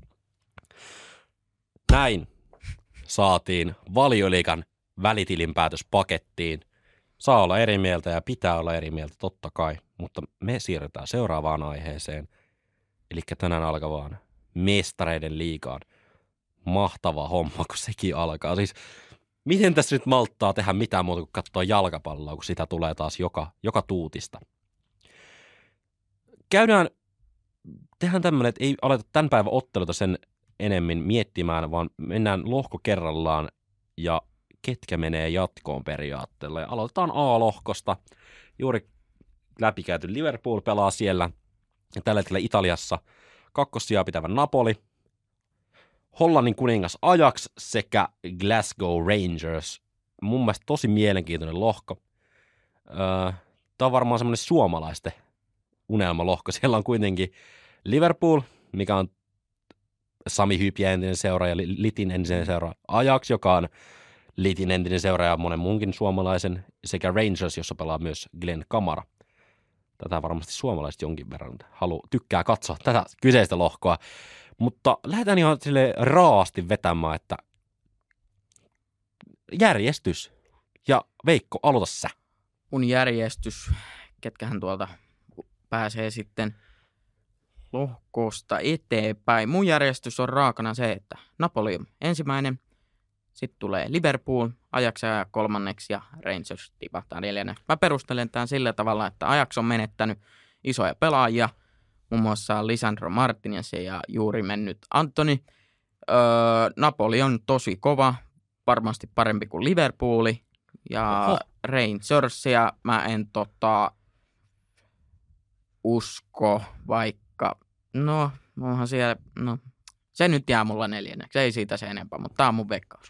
Näin saatiin Valioliigan välitilinpäätös pakettiin. Saa olla eri mieltä ja pitää olla eri mieltä, totta kai. Mutta me siirrytään seuraavaan aiheeseen. Eli tänään alkavaan Mestareiden liigaan. Mahtava homma, kun sekin alkaa. Siis miten tässä nyt malttaa tehdä mitään muuta kuin katsoa jalkapalloa, kun sitä tulee taas joka, joka tuutista. Käydään, tehdään tämmöinen, että ei aleta tämän päivän otteluta sen enemmän miettimään, vaan mennään lohko kerrallaan ja ketkä menee jatkoon periaatteella. Ja aloitetaan A-lohkosta. Juuri läpikäyty Liverpool pelaa siellä ja tällä hetkellä Italiassa kakkossijaa pitävä Napoli, Hollannin kuningas Ajax sekä Glasgow Rangers. Mun mielestä tosi mielenkiintoinen lohko. Öö, Tämä on varmaan semmoinen suomalaisten unelmalohko. Siellä on kuitenkin Liverpool, mikä on Sami Hyypiä entinen seuraaja, Litin entinen seuraaja, Ajax, joka on Litin entinen seuraaja monen muunkin suomalaisen, sekä Rangers, jossa pelaa myös Glenn Kamara. Tätä varmasti suomalaiset jonkin verran halu, tykkää katsoa tätä kyseistä lohkoa. Mutta lähdetään ihan sille raasti vetämään, että järjestys. Ja Veikko, aloita sä. Mun järjestys, ketkähän tuolta pääsee sitten lohkosta eteenpäin. Mun järjestys on raakana se, että Napoli on ensimmäinen, sitten tulee Liverpool, Ajax ja kolmanneksi ja Rangers tipahtaa neljänneksi. Mä perustelen tämän sillä tavalla, että Ajax on menettänyt isoja pelaajia, muun muassa Lisandro Martinez ja juuri mennyt Antoni. Öö, Napoli on tosi kova, varmasti parempi kuin Liverpooli ja Oho. Rangersia mä en tota, usko, vaikka no onhan siellä, no se nyt jää mulla neljänneksi, ei siitä se enempää, mutta tää on mun veikkaus.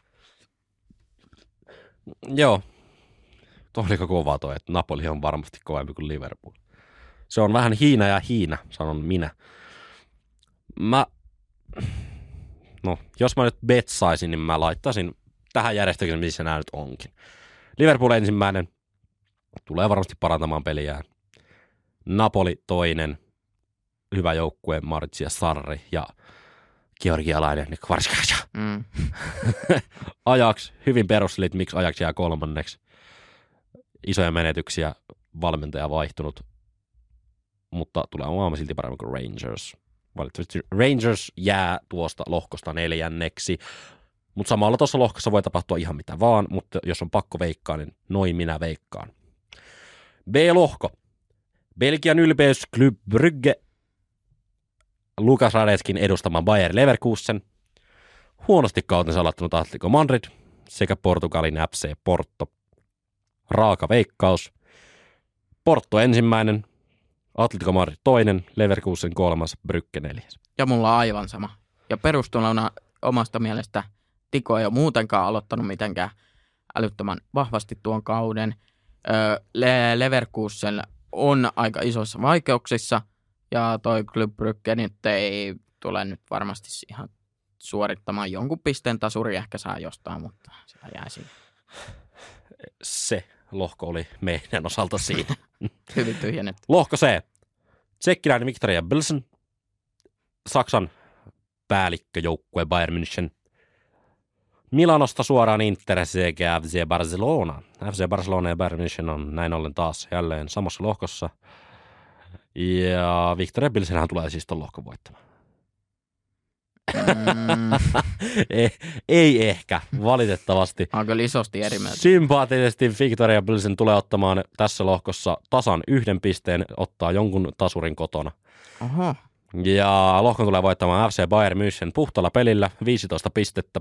Joo, tuo oli kova toi, että Napoli on varmasti kovempi kuin Liverpool. Se on vähän hiina ja hiina, sanon minä. Mä, no, jos mä nyt betsaisin, niin mä laittaisin tähän järjestökseen, missä nämä nyt onkin. Liverpool ensimmäinen, tulee varmasti parantamaan peliään. Napoli toinen, hyvä joukkue, Marci ja Sarri ja georgialainen Kvarskaja. Mm. Ajax, hyvin perustelit, miksi Ajax jää kolmanneksi. Isoja menetyksiä, valmentaja vaihtunut, mutta tulee olemaan silti paremmin kuin Rangers. Valitettavasti Rangers jää tuosta lohkosta neljänneksi, mutta samalla tuossa lohkossa voi tapahtua ihan mitä vaan, mutta jos on pakko veikkaa, niin noin minä veikkaan. B-lohko. Belgian ylpeys Club Brugge, Lukas Radetskin edustama Bayer Leverkusen, huonosti kautensa aloittanut Atletico Madrid sekä Portugalin F C Porto. Raaka veikkaus. Porto ensimmäinen, Atletico Madrid toinen, Leverkusen kolmas, Brugge neljäs. Ja mulla on aivan sama. Ja perustulona omasta mielestä Tiko ei ole muutenkaan aloittanut mitenkään älyttömän vahvasti tuon kauden. Le- Leverkusen on aika isoissa vaikeuksissa ja toi Club Brugge nyt ei tule nyt varmasti ihan suorittamaan jonkun pisteen tasuri ehkä saa jostain, mutta se jää siihen. Se lohko oli meidän osalta siinä. Hyvin tyhjennetty. Lohko C. Tsekkiläinen Victoria Pilsen, Saksan päällikköjoukkue Bayern München, Milanosta suoraan Inter sekä F C Barcelona. F C Barcelona ja Bayern München on näin ollen taas jälleen samassa lohkossa. Ja Victoria Pilsenhän tulee siis ton lohkon voittamaan. Mm. ei, ei ehkä, valitettavasti. On kyllä isosti eri mieltä. Sympaattisesti Victoria Pilsen tulee ottamaan tässä lohkossa tasan yhden pisteen, ottaa jonkun tasurin kotona. Oho. Ja lohkon tulee voittamaan F C Bayern München puhtalla pelillä, viisitoista pistettä.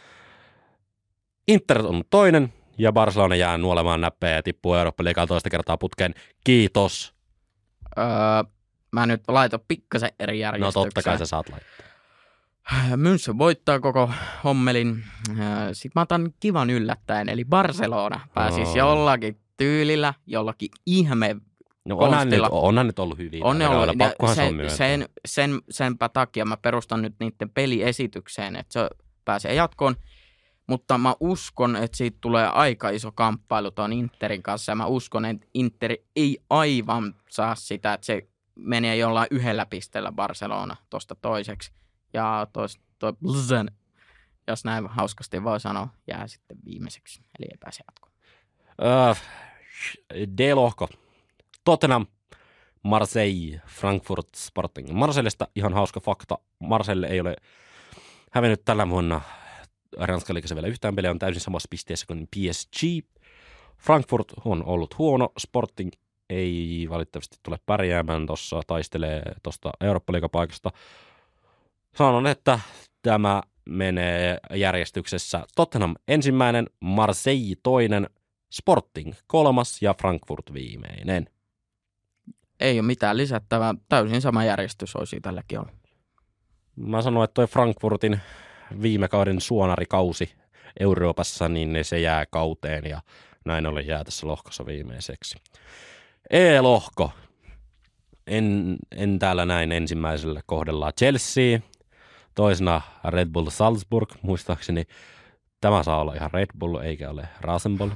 Inter on toinen, ja Barcelona jää nuolemaan näppejä ja tippuu Eurooppa-liigaa toista kertaa putkeen. Kiitos. Öö, mä nyt laitan pikkasen eri järjestykseen. No totta kai sä saat laittaa. München voittaa koko hommelin. Sitten mä otan kivan yllättäen, eli Barcelona pääsisi Oh. jollakin tyylillä, jollakin ihme No onhan nyt, konstilla. onhan nyt ollut hyviä. On ne tällä ollut, kaudella, pakkohan se on sen, myöntää. sen, sen, senpä takia mä perustan nyt niiden peliesitykseen, että se pääsee jatkoon. Mutta mä uskon, että siitä tulee aika iso kamppailu tuon Interin kanssa. Ja mä uskon, että Inter ei aivan saa sitä, että se menee jollain yhdellä pisteellä Barcelona tuosta toiseksi. Ja tois, toi Blzen, jos näin hauskasti voi sanoa, jää sitten viimeiseksi. Eli ei pääse jatkoon. Öö, D-lohko. Tottenham, Marseille, Frankfurt, Sporting. Marseillesta ihan hauska fakta. Marseille ei ole hävennyt tällä vuonna Ranskan liigassa vielä yhtään peliä, on täysin samassa pisteessä kuin P S G. Frankfurt on ollut huono. Sporting ei valitettavasti tule pärjäämään tuossa, taistelee tuosta Eurooppa-liigapaikasta. Sanon, että tämä menee järjestyksessä Tottenham ensimmäinen, Marseille toinen, Sporting kolmas ja Frankfurt viimeinen. Ei ole mitään lisättävää. Täysin sama järjestys olisi tälläkin ollut. Mä sanoin, että toi Frankfurtin viime kauden suonarikausi Euroopassa, niin se jää kauteen ja näin ollen jää tässä lohkossa viimeiseksi. E-lohko. En, en täällä näin ensimmäisellä kohdalla Chelsea, toisena Red Bull Salzburg, muistaakseni tämä saa olla ihan Red Bull eikä ole Rasenball.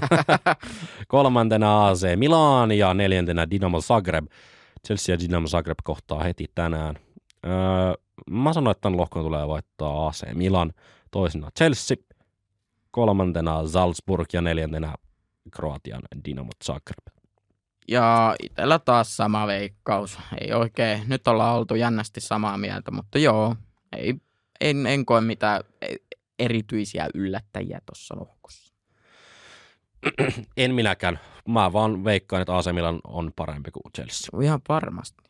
Kolmantena A C Milan ja neljäntenä Dinamo Zagreb. Chelsea ja Dinamo Zagreb kohtaa heti tänään. Öö, mä sanoin, että tämän lohkon tulee voittaa A C Milan, toisena Chelsea, kolmantena Salzburg ja neljäntenä Kroatian Dinamo Zagreb. Ja itsellä taas sama veikkaus. Ei oikein. Nyt ollaan oltu jännästi samaa mieltä, mutta joo, ei, en, en koe mitään erityisiä yllättäjiä tuossa lohkossa. En minäkään. Mä vaan veikkaan, että A C Milan on parempi kuin Chelsea. Ihan varmasti.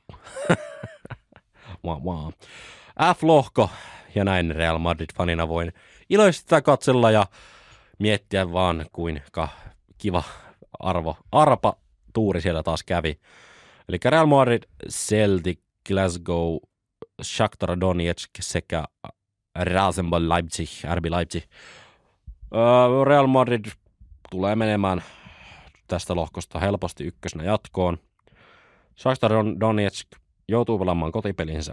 Wow, wow. F-lohko, ja näin Real Madrid-fanina voin iloisesti sitä katsella ja miettiä vaan, kuinka kiva arvo, arpa tuuri siellä taas kävi. Eli Real Madrid, Celtic, Glasgow, Shakhtar Donetsk sekä Rasenball Leipzig, R B Leipzig. Öö, Real Madrid tulee menemään tästä lohkosta helposti ykkösenä jatkoon. Shakhtar Donetsk joutuu pelaamaan kotipelinsä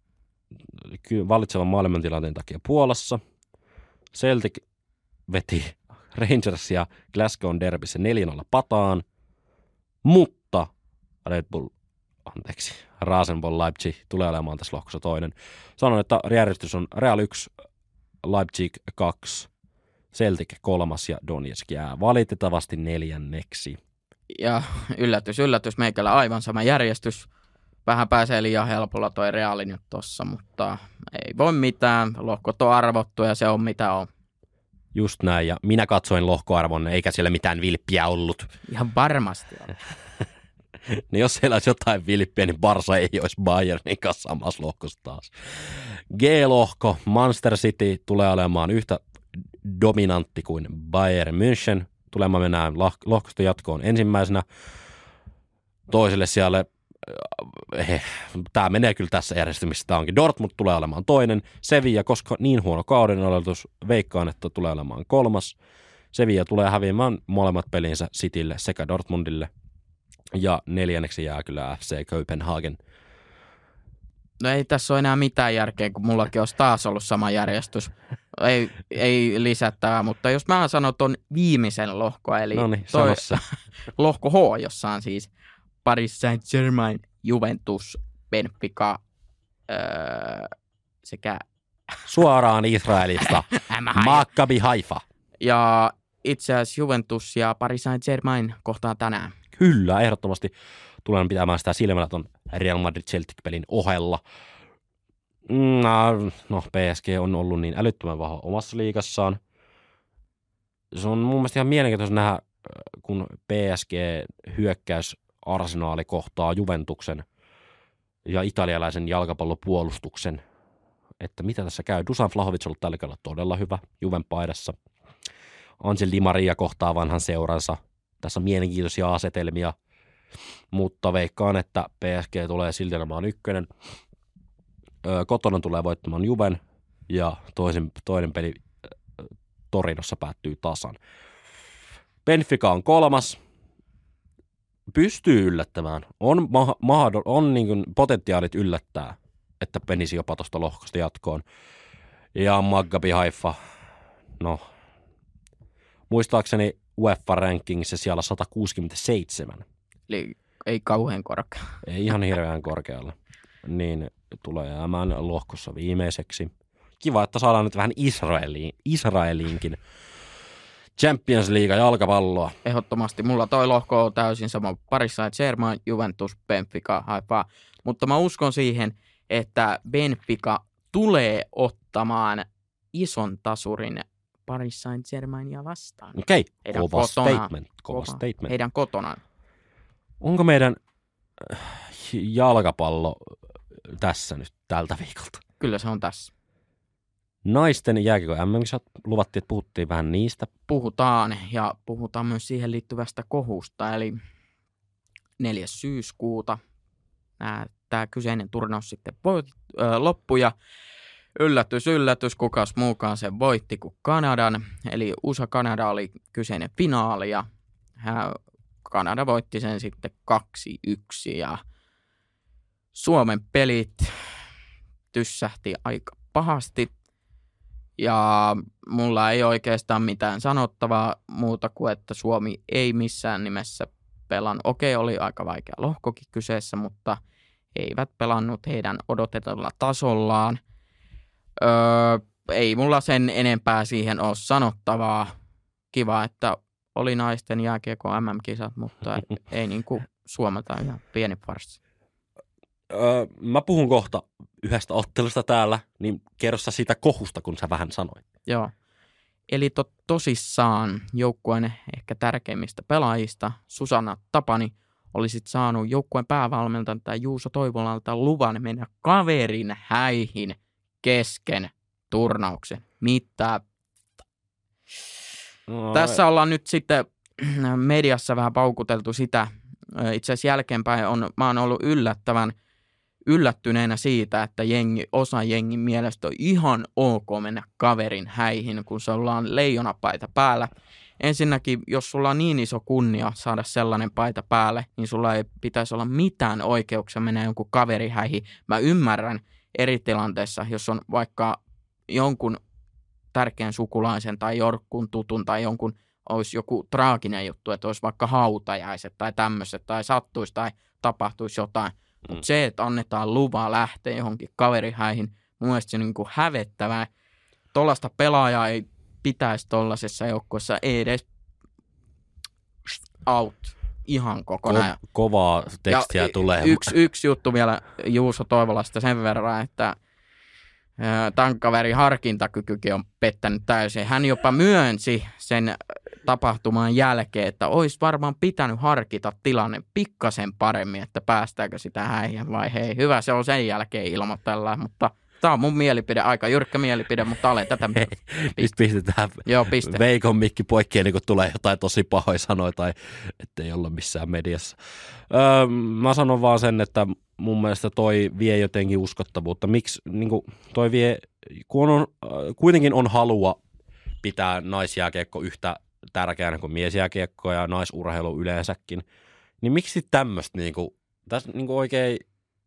vallitsevan maailmantilanteen takia Puolassa. Celtic veti Rangersia Glasgown derbyssä neljä nolla pataan, mutta Red Bull, anteeksi, Rasenball Leipzig tulee olemaan tässä lohkossa toinen. Sanon, että järjestys on Real yksi, Leipzig kaksi, Celtic kolmas ja Donetsk jää valitettavasti neljänneksi. Ja yllätys, yllätys, meikällä aivan sama järjestys. Vähän pääsee liian helpolla toi Reali nyt tossa, mutta ei voi mitään. Lohkot on arvottu ja se on mitä on. Just näin, ja minä katsoin lohkoarvon, eikä siellä mitään vilppiä ollut. Ihan varmasti on. Niin jos siellä olisi jotain vilppiä, niin Barsa ei olisi Bayernin kanssa samassa lohkossa taas. G-lohko, Manchester City tulee olemaan yhtä dominantti kuin Bayern München. Tulemaan mennään lohkosta jatkoon ensimmäisenä. Toiselle siellä, eh, tämä menee kyllä tässä järjestymisessä, tämä onkin. Dortmund tulee olemaan toinen. Sevilla, koska niin huono kauden aloitus, veikkaan, että tulee olemaan kolmas. Sevilla tulee häviämään molemmat pelinsä Citylle sekä Dortmundille. Ja neljänneksi jää kyllä F C Copenhagen. No ei tässä ole enää mitään järkeä, kun mullakin olisi taas ollut sama järjestys. Ei, ei lisättävää, mutta jos mä sanon ton viimeisen lohko, eli Noniin, toi lohko H, jossa on siis Paris Saint-Germain, Juventus, Benfica öö, sekä Suoraan Israelista. Maccabi Haifa. Ja itse asiassa Juventus ja Paris Saint-Germain kohtaa tänään. kyllä, ehdottomasti tulen pitämään sitä silmällä ton Real Madrid-Celtic-pelin ohella. No, P S G on ollut niin älyttömän vahva omassa liigassaan. Se on mun mielestä ihan mielenkiintoista nähdä, kun P S G hyökkäys Arsenaali kohtaa Juventuksen ja italialaisen jalkapallopuolustuksen, että mitä tässä käy. Dusan Vlahovic on ollut tällä kerralla todella hyvä Juven paidassa. Angel Di Maria kohtaa vanhan seuransa. Tässä on mielenkiintoisia asetelmia, mutta veikkaan, että P S G tulee silti olemaan ykkönen. Öö, kotona tulee voittamaan Juven ja toisen, toinen peli Torinossa päättyy tasan. Benfica on kolmas. Pystyy yllättämään. On, ma- mahdoll- on niin kuin potentiaalit yllättää, että penisi jopa tuosta lohkosta jatkoon. Ja Maccabi Haifa, no muistaakseni UEFA-rankingissa siellä sata kuusikymmentäseitsemän. Eli ei kauhean korkea. Ei ihan hirveän korkealla. Niin tulee jäämään lohkossa viimeiseksi. Kiva, että saadaan nyt vähän Israeliin, Israeliinkin Champions League jalkapalloa. Ehdottomasti. Mulla toi lohko on täysin sama. Paris Saint-Germain, Juventus, Benfica, Haifa. Mutta mä uskon siihen, että Benfica tulee ottamaan ison tasurin Paris Saint-Germainia vastaan. Okei, heidän kova kotona, statement. Kova, kova statement. Heidän kotonaan. Onko meidän jalkapallo tässä nyt tältä viikolta? Kyllä se on tässä. Naisten jääkiekon M M-kisat luvattiin, että puhuttiin vähän niistä. Puhutaan ja puhutaan myös siihen liittyvästä kohusta, eli neljäs syyskuuta tämä kyseinen turnaus sitten voit, ö, loppui ja yllätys, yllätys, kukas muukaan sen voitti kuin Kanadan, eli U S A-Kanada oli kyseinen finaali ja hän, Kanada voitti sen sitten kaksi yksi ja Suomen pelit tyssähti aika pahasti. Ja mulla ei oikeastaan mitään sanottavaa muuta kuin, että Suomi ei missään nimessä pelannut. Okei, oli aika vaikea lohkokin kyseessä, mutta eivät pelannut heidän odotetulla tasollaan. Öö, ei mulla sen enempää siihen ole sanottavaa. Kiva, että oli naisten jääkiekon M M-kisat, mutta ei niin kuin Suomelta ihan pieni farssi. Öö, mä puhun kohta yhdestä ottelusta täällä, niin kerro sä siitä kohusta, kun sä vähän sanoit. Joo. Eli to, tosissaan joukkueen ehkä tärkeimmistä pelaajista, Susanna Tapani, olisit saanut joukkueen päävalmentajalta Juuso Toivolalta luvan mennä kaverin häihin kesken turnauksen. Mitä? No, tässä ollaan nyt sitten mediassa vähän paukuteltu sitä. Itse asiassa jälkeenpäin on, mä oon ollut yllättävän yllättyneenä siitä, että jengi, osa jengin mielestä on ihan ok mennä kaverin häihin, kun se ollaan leijonapaita päällä. Ensinnäkin, jos sulla on niin iso kunnia saada sellainen paita päälle, niin sulla ei pitäisi olla mitään oikeuksia mennä jonkun kaverin häihin. Mä ymmärrän eri tilanteissa, jos on vaikka jonkun tärkeän sukulaisen tai jonkun tutun tai jonkun olisi joku traaginen juttu, että olisi vaikka hautajaiset tai tämmöiset tai sattuisi tai tapahtuisi jotain. Mutta mm. se, että annetaan luva lähteä johonkin kaverihäihin, mun mielestä se on niin kuin hävettävää. Tuollaista pelaajaa ei pitäisi tuollaisessa joukkueessa edes out ihan kokonaan. Ko- kovaa tekstiä ja tulee. Yksi, yksi juttu vielä Juuso Toivolasta sen verran, että tämän kaverin harkintakykykin on pettänyt täysin. Hän jopa myönsi sen tapahtuman jälkeen, että olisi varmaan pitänyt harkita tilanne pikkasen paremmin, että päästäänkö sitä häihin vai hei. Hyvä, se on sen jälkeen ilmoitella, mutta tämä on mun mielipide, aika jyrkkä mielipide, mutta olen tätä. Nyt pistetään Joo, piste. Veikon mikki poikki, niin kun tulee jotain tosi pahoja sanoja tai ettei olla missään mediassa. Öö, mä sanon vaan sen, että mun mielestä toi vie jotenkin uskottavuutta. Miksi niin kuin toi vie, kun on, kuitenkin on halua pitää naisjääkiekko yhtä tärkeänä kuin miesjääkiekko ja naisurheilu yleensäkin, niin miksi tämmöistä niin kuin, tässä niin kuin oikein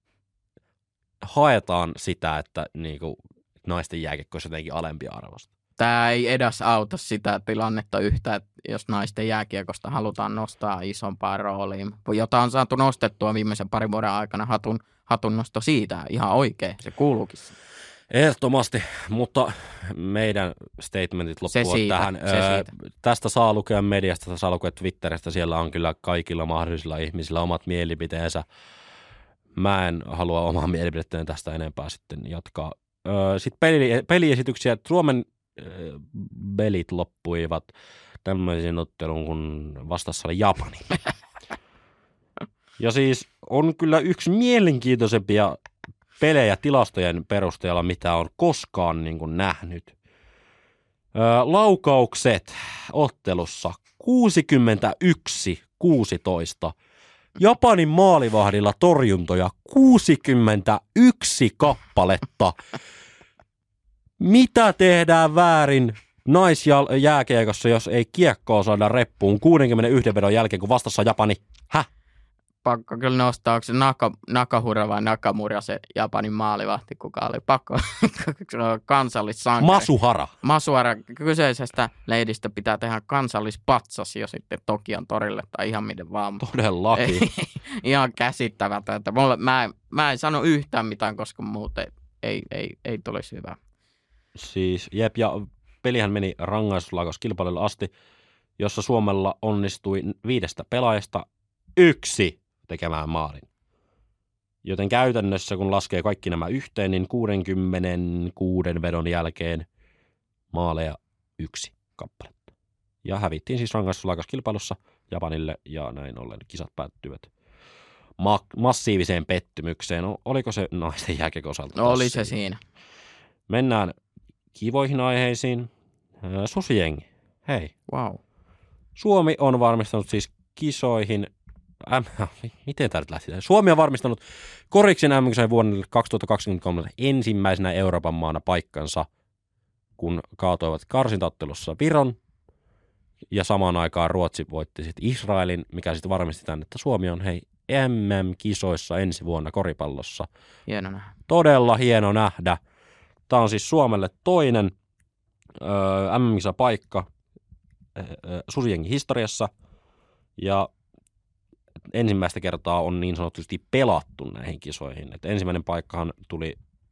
haetaan sitä, että niin kuin, naisten jääkiekko olisi jotenkin alempia arvosta? Tämä ei edes auta sitä tilannetta yhtä, että jos naisten jääkiekosta halutaan nostaa isompaa rooliin, jota on saatu nostettua viimeisen parin vuoden aikana hatun, hatun nosto siitä ihan oikein, se kuuluukin. Ehdottomasti, mutta meidän statementit loppuvat siitä, tähän. Öö, tästä saa lukea mediasta, tästä saa lukea Twitteristä. Siellä on kyllä kaikilla mahdollisilla ihmisillä omat mielipiteensä. Mä en halua omaa mielipidettäni tästä enempää sitten jatkaa. Öö, sitten peli, peliesityksiä. Suomen öö, pelit loppuivat tämmöisen ottelun, kun vastassa oli Japani. Ja siis on kyllä yksi mielenkiintoisempia pelejä tilastojen perusteella, mitä on koskaan niin kuin nähnyt. Öö, laukaukset ottelussa kuusikymmentäyksi kuusitoista. Japanin maalivahdilla torjuntoja kuusikymmentäyksi kappaletta. Mitä tehdään väärin naisjääkiekossa, jos ei kiekkoa saada reppuun kuudenkymmenenyhden vedon jälkeen, kun vastassa Japani? Häh? Pakko kyllä nostaa, onko se Naka, Nakahura vai Nakamura se Japanin maalivahti, kuka oli pakko kansallissankari. Masuhara. Masuhara. Kyseisestä leidistä pitää tehdä kansallispatsas jo sitten Tokion torille tai ihan miten vaan. Todellakin. Ihan käsittämätöntä. Mulle, mä, en, mä en sano yhtään mitään, koska muuten ei, ei, ei tulisi hyvää. Siis jep, ja pelihän meni rangaistuslaukaus-kilpailulle asti, jossa Suomella onnistui viidestä pelaajasta yksi tekemään maalin. Joten käytännössä, kun laskee kaikki nämä yhteen, niin kuudenkymmenenkuuden vedon jälkeen maaleja yksi kappaletta. Ja hävittiin siis rangaistuslaukauskilpailussa Japanille, ja näin ollen kisat päättyivät ma- massiiviseen pettymykseen. No, oliko se naisten jääkiekon osalta? No, oli se siinä. Mennään kivoihin aiheisiin. Susijengi. Hei. Wow. Suomi on varmistanut siis kisoihin. Äm, miten tämä nyt lähti? Suomi on varmistanut Koriksen äm äm-kisojen vuonna kaksituhattakaksikymmentäkolme ensimmäisenä Euroopan maana paikkansa, kun kaatoivat karsintaottelussa Viron. Ja samaan aikaan Ruotsi voitti sitten Israelin, mikä sitten varmisti tämän, että Suomi on hei äm äm-kisoissa ensi vuonna koripallossa. Hieno nähdä. Todella hieno nähdä. Tämä on siis Suomelle toinen öö, äm äm-kisapaikka öö, Susijengin historiassa. Ja ensimmäistä kertaa on niin sanotusti pelattu näihin kisoihin. Et ensimmäinen paikkahan tuli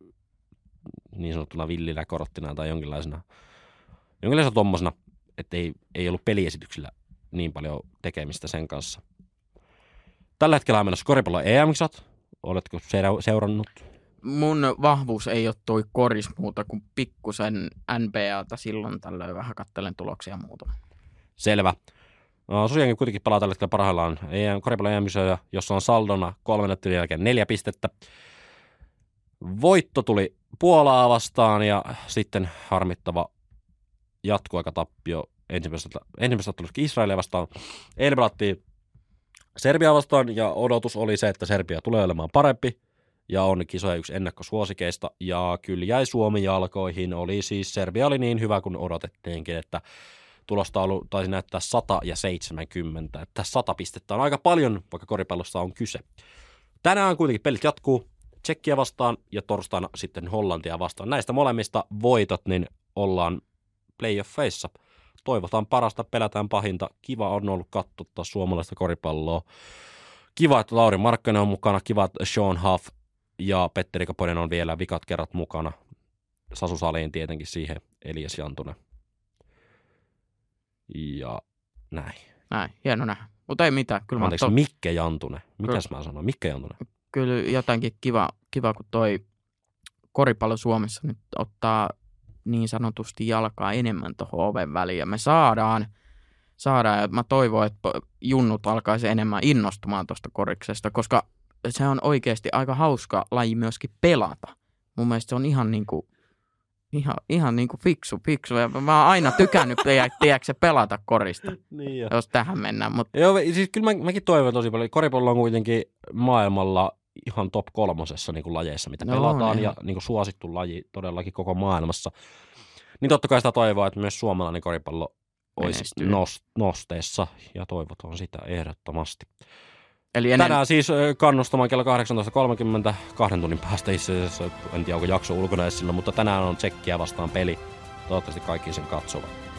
niin sanottuna villinä korottina tai jonkinlaisena, jonkinlaisena tommosena, että ei, ei ollut peliesityksillä niin paljon tekemistä sen kanssa. Tällä hetkellä on menossa koripallon E M-kisat. Oletko seurannut? Mun vahvuus ei ole toi koris muuta kuin pikkusen N B A:ta silloin tällöin vähän katselen tuloksia muuta. Selvä. No, Susijengi kuitenkin palaa tällä hetkellä parhaillaan koripallon E M-kisoja, jossa on saldona kolmen ottelun jälkeen neljä pistettä. Voitto tuli Puolaa vastaan ja sitten harmittava jatkoaikatappio ensimmäisessä, ensimmäisessä ottelussa Israelia vastaan. Eilen pelattiin Serbia vastaan ja odotus oli se, että Serbia tulee olemaan parempi ja on kisoja yksi ennakkosuosikeista ja kyllä jäi Suomi jalkoihin. Oli siis Serbia oli niin hyvä kuin odotettiinkin, että tulosta ollut, taisi näyttää sata ja seitsemänkymmentä. Että sata pistettä on aika paljon, vaikka koripallossa on kyse. Tänään kuitenkin pelit jatkuu Tšekkiä vastaan ja torstaina sitten Hollantia vastaan. Näistä molemmista voitot, niin ollaan playoffeissa. Toivotaan parasta, pelätään pahinta. Kiva on ollut katsottaa suomalaista koripalloa. Kiva, että Lauri Markkanen on mukana. Kiva, että Sean Huff ja Petteri Kaponen on vielä vikat kerrat mukana. Sasu Salin tietenkin siihen, Elias Jantunen. Ja näin. Näin, hieno nähdä. Mutta ei mitään. Kyllä Anteeksi, to... Mikke Jantunen. Mitäs mä sanoin? Mikke Jantunen. Kyllä jotenkin kiva, kiva, kun toi koripallo Suomessa nyt ottaa niin sanotusti jalkaa enemmän tuohon oven väliin. Ja me saadaan, saadaan, ja mä toivon, että junnut alkaisi enemmän innostumaan tuosta koriksesta, koska se on oikeasti aika hauska laji myöskin pelata. Mun mielestä se on ihan niin kuin Ihan, ihan niin kuin fiksu, fiksu. Ja mä oon aina tykännyt, tiedätkö, pelata korista, niin jos tähän mennään. Mutta... Joo, siis kyllä mä, mäkin toivon tosi paljon. Koripallo on kuitenkin maailmalla ihan top kolmosessa niin kuin lajeissa, mitä no, pelataan, ja niin kuin suosittu laji todellakin koko maailmassa. Niin totta kai sitä toivoa, että myös suomalainen koripallo olisi nost- nosteessa, ja toivotaan sitä ehdottomasti. Eli ennen... Tänään siis kannustamaan kello kahdeksantoista kolmekymmentä, kahden tunnin päästä itse asiassa, en tiedä onko jakso ulkona esillä, mutta tänään on Tšekkiä vastaan peli. Toivottavasti kaikki sen katsovat.